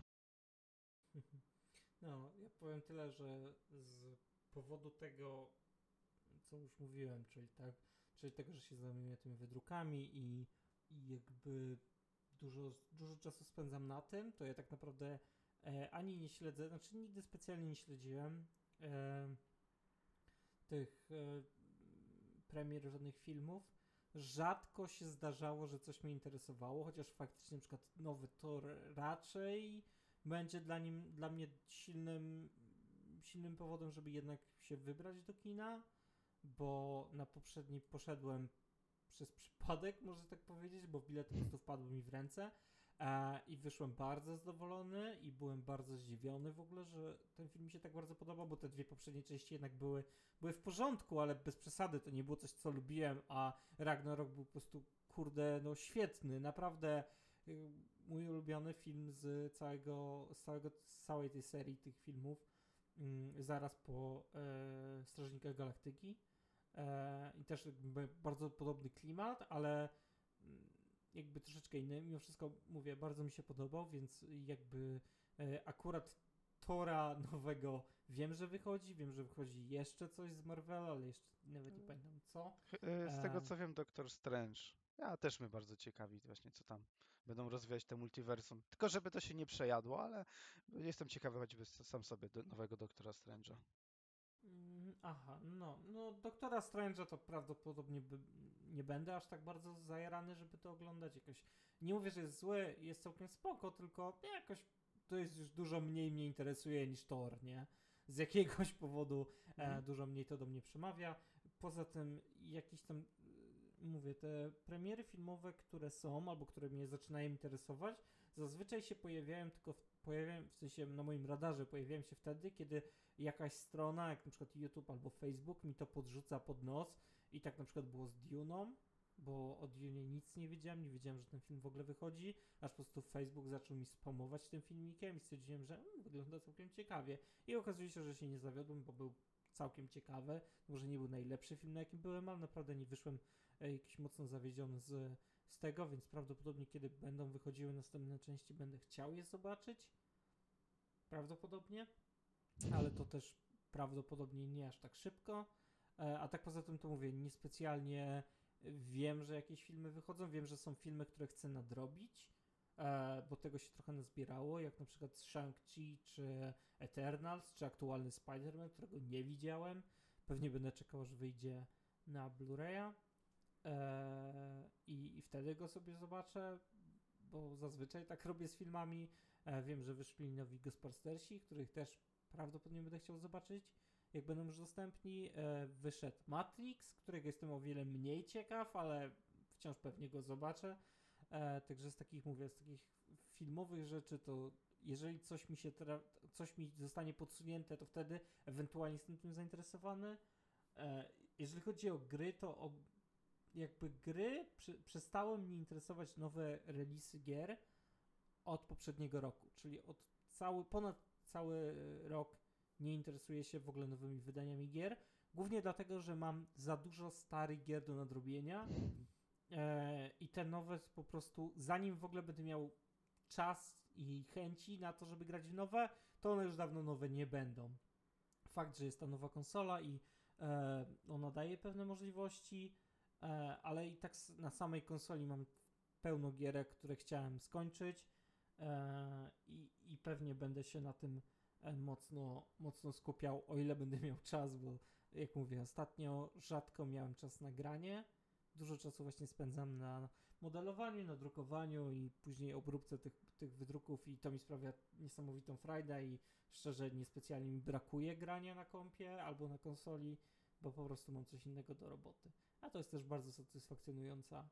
No, ja powiem tyle, że z powodu tego, co już mówiłem, czyli tego, że się zajmuję tymi wydrukami i jakby dużo czasu spędzam na tym, to ja tak naprawdę ani nie śledzę, znaczy nigdy specjalnie nie śledziłem tych premier żadnych filmów. Rzadko się zdarzało, że coś mnie interesowało, chociaż faktycznie na przykład nowy Thor raczej będzie dla mnie silnym powodem, żeby jednak się wybrać do kina, bo na poprzedni poszedłem przez przypadek, można tak powiedzieć, bo bilet po prostu wpadł mi w ręce i wyszłem bardzo zadowolony i byłem bardzo zdziwiony w ogóle, że ten film mi się tak bardzo podobał, bo te dwie poprzednie części jednak były w porządku, ale bez przesady, to nie było coś, co lubiłem, a Ragnarok był po prostu, kurde, no świetny, naprawdę mój ulubiony film z całej tej serii tych filmów, zaraz po Strażnikach Galaktyki. I też jakby bardzo podobny klimat, ale jakby troszeczkę inny. Mimo wszystko mówię, bardzo mi się podobał, więc jakby akurat Tora nowego wiem, że wychodzi jeszcze coś z Marvela, ale jeszcze nawet nie pamiętam co. Z tego co wiem, Doktor Strange. Ja też mnie bardzo ciekawi właśnie, co tam będą rozwijać te multiversum. Tylko żeby to się nie przejadło, ale jestem ciekawy choćby sam sobie nowego Doktora Strange'a. Aha, no Doktora Strange'a to prawdopodobnie nie będę aż tak bardzo zajarany, żeby to oglądać jakoś. Nie mówię, że jest zły, jest całkiem spoko, tylko jakoś to jest już dużo mniej mnie interesuje niż Thor, nie? Z jakiegoś powodu dużo mniej to do mnie przemawia. Poza tym jakieś tam, mówię, te premiery filmowe, które są, albo które mnie zaczynają interesować, zazwyczaj się pojawiają, w sensie na moim radarze pojawiają się wtedy, kiedy jakaś strona, jak na przykład YouTube albo Facebook, mi to podrzuca pod nos i tak na przykład było z Dune'ą, bo o Dune nic nie wiedziałem, że ten film w ogóle wychodzi, aż po prostu Facebook zaczął mi spamować tym filmikiem i stwierdziłem, że wygląda całkiem ciekawie i okazuje się, że się nie zawiodłem, bo był całkiem ciekawy, może nie był najlepszy film, na jakim byłem, ale naprawdę nie wyszłem jakiś mocno zawiedziony z tego, więc prawdopodobnie kiedy będą wychodziły następne części, będę chciał je zobaczyć. Prawdopodobnie. Ale to też prawdopodobnie nie aż tak szybko. A tak poza tym to mówię, niespecjalnie wiem, że jakieś filmy wychodzą, wiem, że są filmy, które chcę nadrobić, bo tego się trochę nazbierało, jak na przykład Shang-Chi, czy Eternals, czy aktualny Spider-Man, którego nie widziałem. Pewnie będę czekał, aż wyjdzie na Blu-raya i wtedy go sobie zobaczę, bo zazwyczaj tak robię z filmami. Wiem, że wyszli nowi Ghostbustersi, których też prawdopodobnie będę chciał zobaczyć, jak będą już dostępni. Wyszedł Matrix, którego jestem o wiele mniej ciekaw, ale wciąż pewnie go zobaczę. Także z takich filmowych rzeczy, to jeżeli coś mi zostanie podsunięte, to wtedy ewentualnie jestem tym zainteresowany. Jeżeli chodzi o gry, to jakby gry przestały mnie interesować nowe releasy gier od poprzedniego roku, czyli ponad cały rok nie interesuję się w ogóle nowymi wydaniami gier, głównie dlatego, że mam za dużo starych gier do nadrobienia i te nowe po prostu, zanim w ogóle będę miał czas i chęci na to, żeby grać w nowe, to one już dawno nowe nie będą. Fakt, że jest ta nowa konsola i ona daje pewne możliwości, ale i tak na samej konsoli mam pełno gierek, które chciałem skończyć i pewnie będę się na tym mocno skupiał, o ile będę miał czas, bo jak mówię, ostatnio rzadko miałem czas na granie. Dużo czasu właśnie spędzam na modelowaniu, na drukowaniu i później obróbce tych wydruków i to mi sprawia niesamowitą frajdę i szczerze niespecjalnie mi brakuje grania na kompie albo na konsoli, bo po prostu mam coś innego do roboty. A to jest też bardzo satysfakcjonująca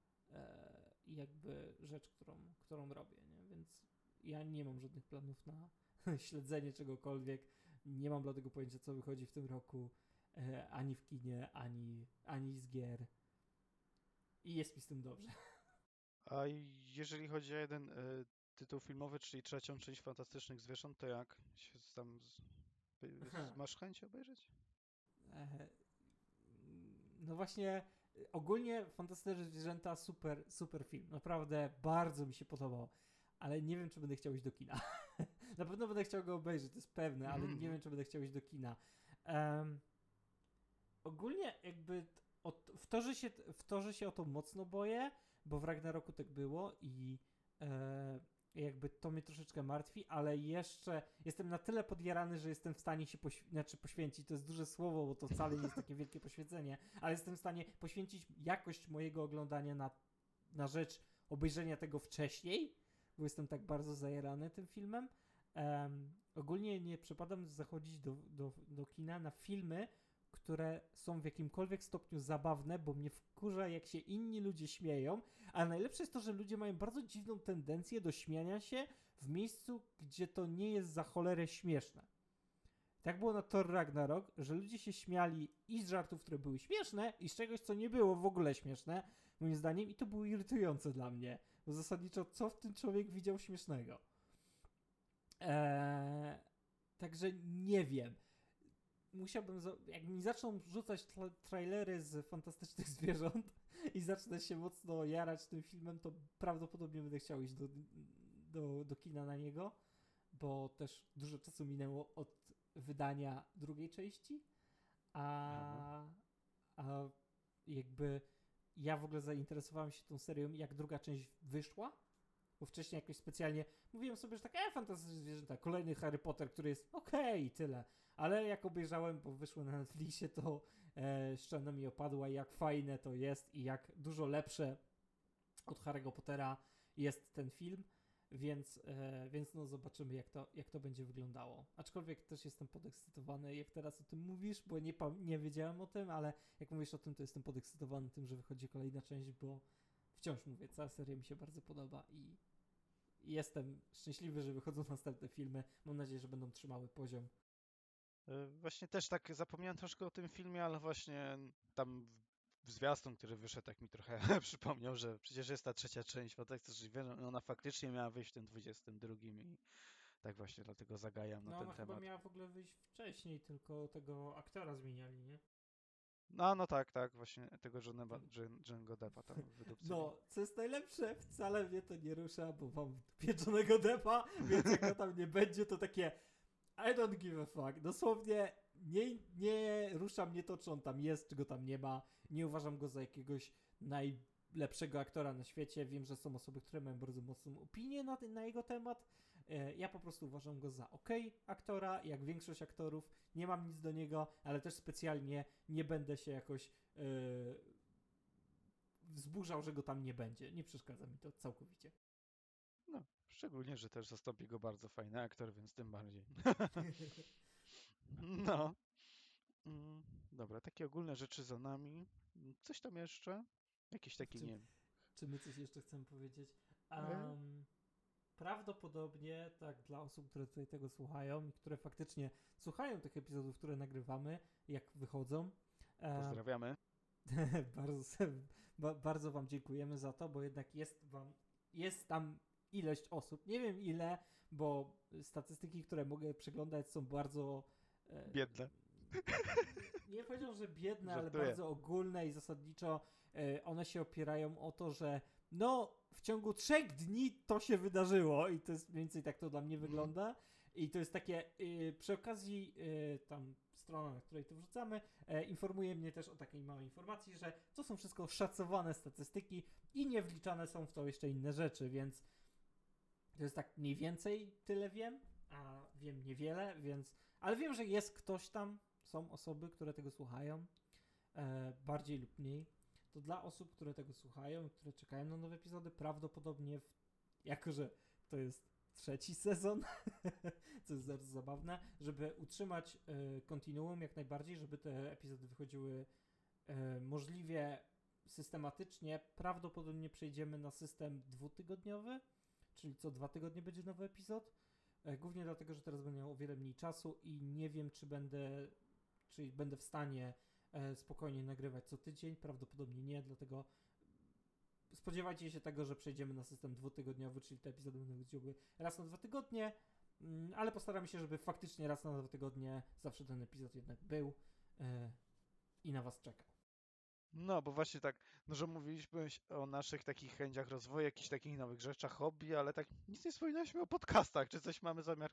jakby rzecz, którą robię, nie? Więc ja nie mam żadnych planów na śledzenie czegokolwiek, nie mam dlatego pojęcia, co wychodzi w tym roku, ani w kinie, ani z gier i jest mi z tym dobrze. A jeżeli chodzi o jeden tytuł filmowy, czyli trzecią część Fantastycznych Zwierząt, to jak się tam masz chęć obejrzeć? No właśnie, ogólnie Fantastyczne Zwierzęta super film. Naprawdę bardzo mi się podobał. Ale nie wiem, czy będę chciał iść do kina. Na pewno będę chciał go obejrzeć, to jest pewne, ale nie wiem, czy będę chciał iść do kina. Ogólnie jakby w torze się o to mocno boję, bo w Ragnaroku tak było i jakby to mnie troszeczkę martwi, ale jeszcze jestem na tyle podjarany, że jestem w stanie się poświęcić, to jest duże słowo, bo to wcale nie jest takie wielkie poświęcenie, ale jestem w stanie poświęcić jakość mojego oglądania na rzecz obejrzenia tego wcześniej, bo jestem tak bardzo zajarany tym filmem ogólnie nie przepadam zachodzić do kina na filmy, które są w jakimkolwiek stopniu zabawne, bo mnie wkurza, jak się inni ludzie śmieją, a najlepsze jest to, że ludzie mają bardzo dziwną tendencję do śmiania się w miejscu, gdzie to nie jest za cholerę śmieszne. Tak było na Thor Ragnarok, że ludzie się śmiali i z żartów, które były śmieszne, i z czegoś, co nie było w ogóle śmieszne, moim zdaniem, i to było irytujące dla mnie. Bo zasadniczo, co w tym człowiek widział śmiesznego? Także nie wiem. Musiałbym, jak mi zaczną rzucać trailery z Fantastycznych Zwierząt i zacznę się mocno jarać tym filmem, to prawdopodobnie będę chciał iść do kina na niego, bo też dużo czasu minęło od wydania drugiej części, a jakby ja w ogóle zainteresowałem się tą serią, jak druga część wyszła, bo wcześniej jakoś specjalnie mówiłem sobie, że tak, Fantastyczne Zwierzęta, kolejny Harry Potter, który jest okej, tyle. Ale jak obejrzałem, bo wyszło na Netflixie, to szczena mi opadła, jak fajne to jest i jak dużo lepsze od Harry'ego Pottera jest ten film, więc no zobaczymy, jak to będzie wyglądało. Aczkolwiek też jestem podekscytowany, jak teraz o tym mówisz, bo nie wiedziałem o tym, ale jak mówisz o tym, to jestem podekscytowany tym, że wychodzi kolejna część, bo wciąż mówię, cała seria mi się bardzo podoba i jestem szczęśliwy, że wychodzą następne filmy. Mam nadzieję, że będą trzymały poziom. Właśnie też tak zapomniałem troszkę o tym filmie, ale właśnie tam w zwiastun, który wyszedł, tak mi trochę przypomniał, że przecież jest ta trzecia część Fantastycznych Zwierząt, ona faktycznie miała wyjść w tym 22 i tak właśnie dlatego zagajam na No ten ona chyba temat. miała w ogóle wyjść wcześniej, tylko tego aktora zmieniali, nie? No tak, właśnie tego Johnny'ego Deppa tam wydupcyli. No, co jest najlepsze, wcale mnie to nie rusza, bo mam pieczonego Deppa, więc jak go tam nie będzie, to takie I don't give a fuck. Dosłownie nie rusza mnie to, czy on tam jest, czy go tam nie ma. Nie uważam go za jakiegoś najlepszego aktora na świecie. Wiem, że są osoby, które mają bardzo mocną opinię na jego temat. Ja po prostu uważam go za aktora, jak większość aktorów. Nie mam nic do niego, ale też specjalnie nie będę się jakoś wzburzał, że go tam nie będzie. Nie przeszkadza mi to całkowicie. No, szczególnie, że też zastąpi go bardzo fajny aktor, więc tym bardziej. No. Dobra, takie ogólne rzeczy za nami. Coś tam jeszcze? Jakieś takie, nie wiem. Czy my coś jeszcze chcemy powiedzieć? E? Prawdopodobnie tak dla osób, które tutaj tego słuchają i które faktycznie słuchają tych epizodów, które nagrywamy, jak wychodzą. Pozdrawiamy. Bardzo, bardzo wam dziękujemy za to, bo jednak jest tam ilość osób. Nie wiem ile, bo statystyki, które mogę przeglądać, są bardzo Biedne. nie powiedział, że biedne, ale Żartuję. bardzo ogólne i zasadniczo one się opierają o to, że no w ciągu 3 dni to się wydarzyło i to jest mniej więcej tak to dla mnie wygląda. I to jest takie, przy okazji tam strona, na której to wrzucamy, informuje mnie też o takiej małej informacji, że to są wszystko szacowane statystyki i nie wliczane są w to jeszcze inne rzeczy, więc to jest tak mniej więcej tyle wiem, a wiem niewiele, więc, ale wiem, że jest ktoś tam, są osoby, które tego słuchają, bardziej lub mniej. To dla osób, które tego słuchają i które czekają na nowe epizody, prawdopodobnie, jako że to jest 3. sezon, co jest bardzo zabawne, żeby utrzymać kontinuum jak najbardziej, żeby te epizody wychodziły możliwie systematycznie, prawdopodobnie przejdziemy na system 2-tygodniowy, czyli co 2 tygodnie będzie nowy epizod. Głównie dlatego, że teraz będę miał o wiele mniej czasu i nie wiem, czy będę w stanie spokojnie nagrywać co tydzień. Prawdopodobnie nie, dlatego spodziewajcie się tego, że przejdziemy na system 2-tygodniowy, czyli te epizody będą wychodziły raz na 2 tygodnie, ale postaramy się, żeby faktycznie raz na 2 tygodnie zawsze ten epizod jednak był i na was czekał. No, bo właśnie tak, no, że mówiliśmy o naszych takich chęciach rozwoju, jakichś takich nowych rzeczach, hobby, ale tak nic nie wspominaliśmy o podcastach, czy coś mamy zamiar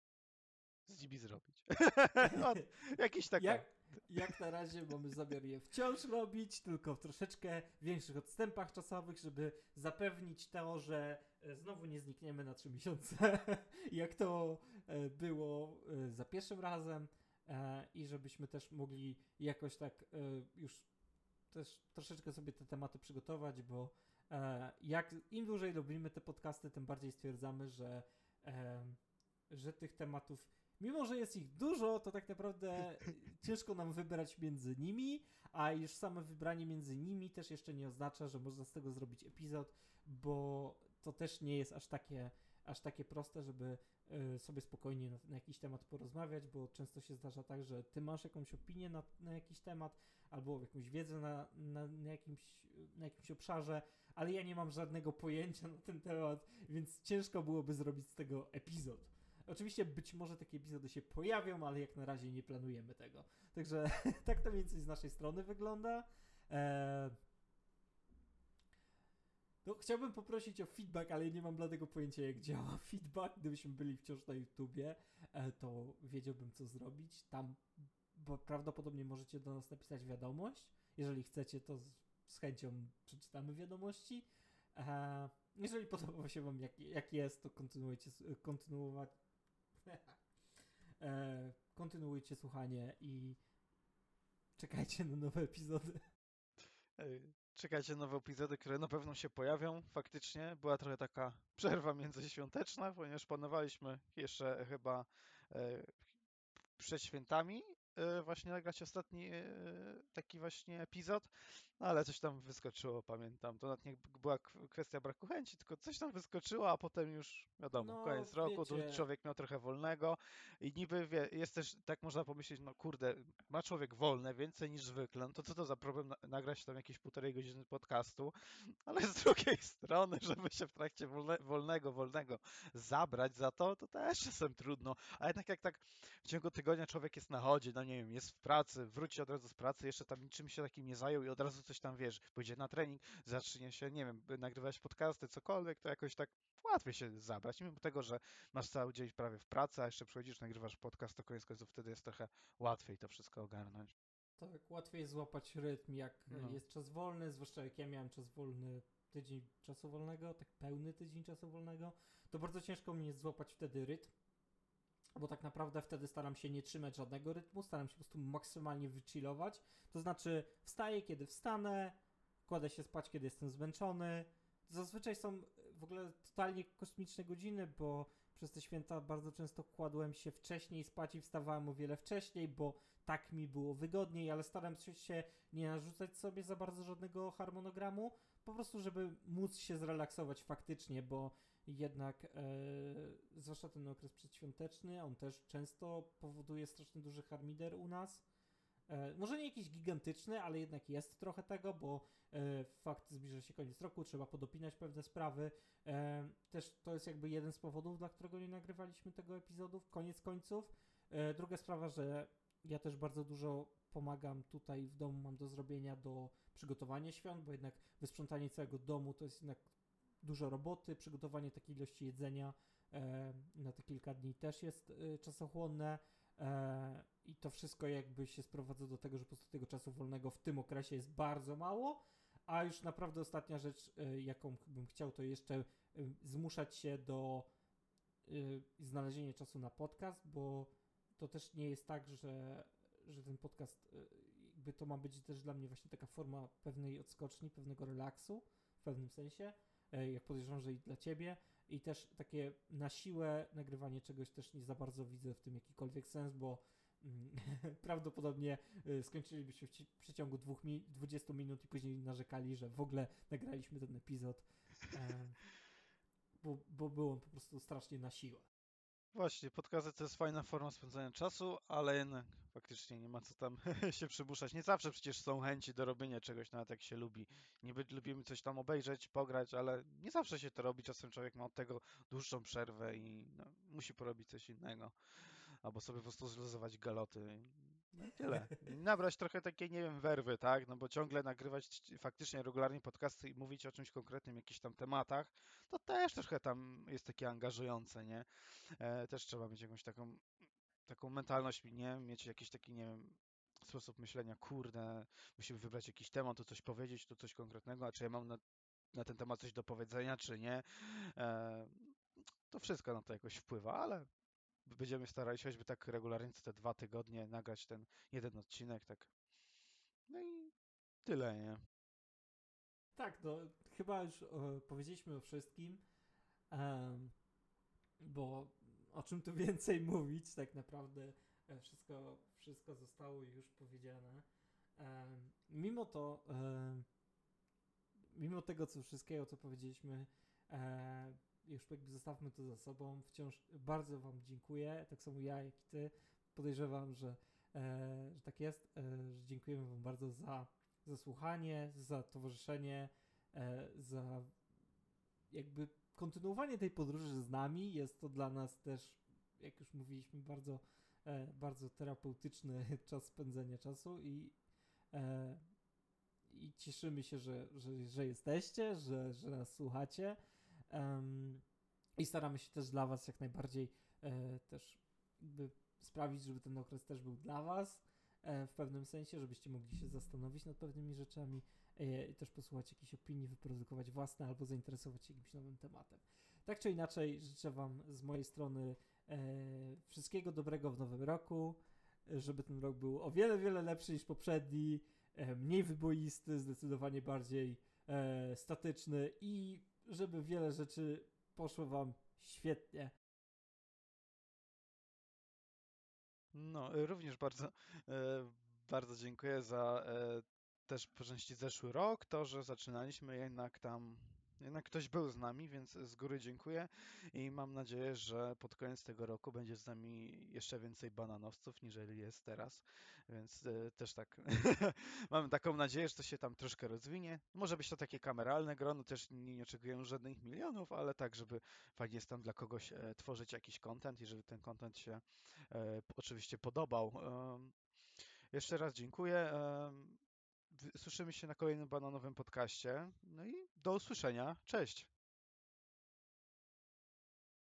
z nimi zrobić. Jakiś taka. Jak na razie mamy zamiar je wciąż robić, tylko w troszeczkę większych odstępach czasowych, żeby zapewnić to, że znowu nie znikniemy na 3 miesiące, jak to było za pierwszym razem i żebyśmy też mogli jakoś tak już też troszeczkę sobie te tematy przygotować, bo im dłużej robimy te podcasty, tym bardziej stwierdzamy, że że tych tematów, mimo że jest ich dużo, to tak naprawdę ciężko nam wybrać między nimi, a już same wybranie między nimi też jeszcze nie oznacza, że można z tego zrobić epizod, bo to też nie jest aż takie proste, żeby sobie spokojnie na jakiś temat porozmawiać, bo często się zdarza tak, że ty masz jakąś opinię na jakiś temat albo jakąś wiedzę na jakimś obszarze, ale ja nie mam żadnego pojęcia na ten temat, więc ciężko byłoby zrobić z tego epizod. Oczywiście być może takie epizody się pojawią, ale jak na razie nie planujemy tego. Także tak to mniej więcej z naszej strony wygląda. No, chciałbym poprosić o feedback, ale nie mam bladego pojęcia, jak działa feedback. Gdybyśmy byli wciąż na YouTubie, to wiedziałbym, co zrobić. Tam bo prawdopodobnie możecie do nas napisać wiadomość. Jeżeli chcecie, to z chęcią przeczytamy wiadomości. Jeżeli podoba się wam, jak jest, to kontynuujcie słuchanie i czekajcie na nowe epizody. Czekajcie na nowe epizody, które na pewno się pojawią. Faktycznie była trochę taka przerwa międzyświąteczna, ponieważ planowaliśmy jeszcze chyba przed świętami właśnie nagrać ostatni taki właśnie epizod, no ale coś tam wyskoczyło, pamiętam. To nawet nie była kwestia braku chęci, tylko coś tam wyskoczyło, a potem już wiadomo, No, koniec roku, tu wiecie, człowiek miał trochę wolnego i niby jest też, tak można pomyśleć, no kurde, ma człowiek wolne więcej niż zwykle, no to co to za problem nagrać tam jakieś 1,5 godziny podcastu, ale z drugiej strony, żeby się w trakcie wolnego zabrać za to też czasem trudno, a jednak jak tak w ciągu tygodnia człowiek jest na chodzie, no nie wiem, jest w pracy, wróci od razu z pracy, jeszcze tam niczym się takim nie zajął i od razu coś tam, wiesz, pójdzie na trening, zacznie się, nie wiem, nagrywać podcasty, cokolwiek, to jakoś tak łatwiej się zabrać. Mimo tego, że masz cały dzień prawie w pracy, a jeszcze przychodzisz, nagrywasz podcast, to koniec końców wtedy jest trochę łatwiej to wszystko ogarnąć. tak, łatwiej jest złapać rytm, jak No. jest czas wolny, zwłaszcza jak ja miałem czas wolny, tydzień czasu wolnego, tak pełny tydzień czasu wolnego, to bardzo ciężko mi jest złapać wtedy rytm, bo tak naprawdę wtedy staram się nie trzymać żadnego rytmu, staram się po prostu maksymalnie wychillować, to znaczy wstaję, kiedy wstanę, kładę się spać, kiedy jestem zmęczony. Zazwyczaj są w ogóle totalnie kosmiczne godziny, bo przez te święta bardzo często kładłem się wcześniej spać i wstawałem o wiele wcześniej, bo tak mi było wygodniej, ale staram się nie narzucać sobie za bardzo żadnego harmonogramu, po prostu żeby móc się zrelaksować faktycznie, bo jednak zwłaszcza ten okres przedświąteczny, on też często powoduje strasznie duży harmider u nas. Może nie jakiś gigantyczny, ale jednak jest trochę tego, bo fakt zbliża się koniec roku, trzeba podopinać pewne sprawy. Też to jest jakby jeden z powodów, dla którego nie nagrywaliśmy tego epizodu, koniec końców. Druga sprawa, że ja też bardzo dużo pomagam tutaj w domu, mam do zrobienia do przygotowania świąt, bo jednak wysprzątanie całego domu to jest jednak dużo roboty, przygotowanie takiej ilości jedzenia na te kilka dni też jest czasochłonne. I to wszystko jakby się sprowadza do tego, że po prostu tego czasu wolnego w tym okresie jest bardzo mało, a już naprawdę ostatnia rzecz, jaką bym chciał, to jeszcze zmuszać się do znalezienia czasu na podcast, bo to też nie jest tak, że ten podcast jakby to ma być też dla mnie właśnie taka forma pewnej odskoczni, pewnego relaksu w pewnym sensie, jak podejrzewam, że i dla ciebie. I też takie na siłę nagrywanie czegoś też nie za bardzo widzę w tym jakikolwiek sens, bo prawdopodobnie skończylibyśmy w przeciągu 20 minut i później narzekali, że w ogóle nagraliśmy ten epizod, bo był on po prostu strasznie na siłę. Właśnie, podcasty to jest fajna forma spędzania czasu, ale jednak faktycznie nie ma co tam się przymuszać. Nie zawsze przecież są chęci do robienia czegoś, nawet jak się lubi. Niby lubimy coś tam obejrzeć, pograć, ale nie zawsze się to robi. Czasem człowiek ma od tego dłuższą przerwę i no, musi porobić coś innego. Albo sobie po prostu zluzować galoty. No i tyle. I nabrać trochę takiej, nie wiem, werwy, tak? No bo ciągle nagrywać faktycznie regularnie podcasty i mówić o czymś konkretnym, jakichś tam tematach, to też trochę tam jest takie angażujące, nie? Też trzeba mieć jakąś taką mentalność, nie? Mieć jakiś taki, nie wiem, sposób myślenia, kurde, musimy wybrać jakiś temat, tu coś powiedzieć, tu coś konkretnego, a czy ja mam na ten temat coś do powiedzenia, czy nie. E, To wszystko na to jakoś wpływa, ale będziemy starali się choćby tak regularnie co te 2 tygodnie nagrać ten jeden odcinek, tak. No i tyle, nie? Tak, no chyba już powiedzieliśmy o wszystkim, bo o czym tu więcej mówić, tak naprawdę wszystko zostało już powiedziane. Mimo to, mimo tego wszystkiego, co powiedzieliśmy, już jakby zostawmy to za sobą. Wciąż bardzo Wam dziękuję, tak samo ja, jak i Ty. Podejrzewam, że tak jest, że dziękujemy Wam bardzo za słuchanie, za towarzyszenie, za jakby kontynuowanie tej podróży z nami. Jest to dla nas też, jak już mówiliśmy, bardzo terapeutyczny czas spędzenia czasu e, i cieszymy się, że jesteście, że nas słuchacie. I staramy się też dla Was jak najbardziej też jakby sprawić, żeby ten okres też był dla Was w pewnym sensie, żebyście mogli się zastanowić nad pewnymi rzeczami i też posłuchać jakichś opinii, wyprodukować własne albo zainteresować się jakimś nowym tematem. Tak czy inaczej, życzę Wam z mojej strony wszystkiego dobrego w nowym roku, żeby ten rok był o wiele, wiele lepszy niż poprzedni, mniej wyboisty, zdecydowanie bardziej statyczny i żeby wiele rzeczy poszło Wam świetnie. No, również bardzo dziękuję za też po części zeszły rok, to, że zaczynaliśmy jednak ktoś był z nami, więc z góry dziękuję i mam nadzieję, że pod koniec tego roku będzie z nami jeszcze więcej bananowców, niżeli jest teraz, więc też tak mam taką nadzieję, że to się tam troszkę rozwinie. Może być to takie kameralne grono, też nie oczekuję żadnych milionów, ale tak, żeby fajnie jest tam dla kogoś tworzyć jakiś content i żeby ten content się oczywiście podobał. Jeszcze raz dziękuję. Słyszymy się na kolejnym bananowym podcaście. No i do usłyszenia. Cześć.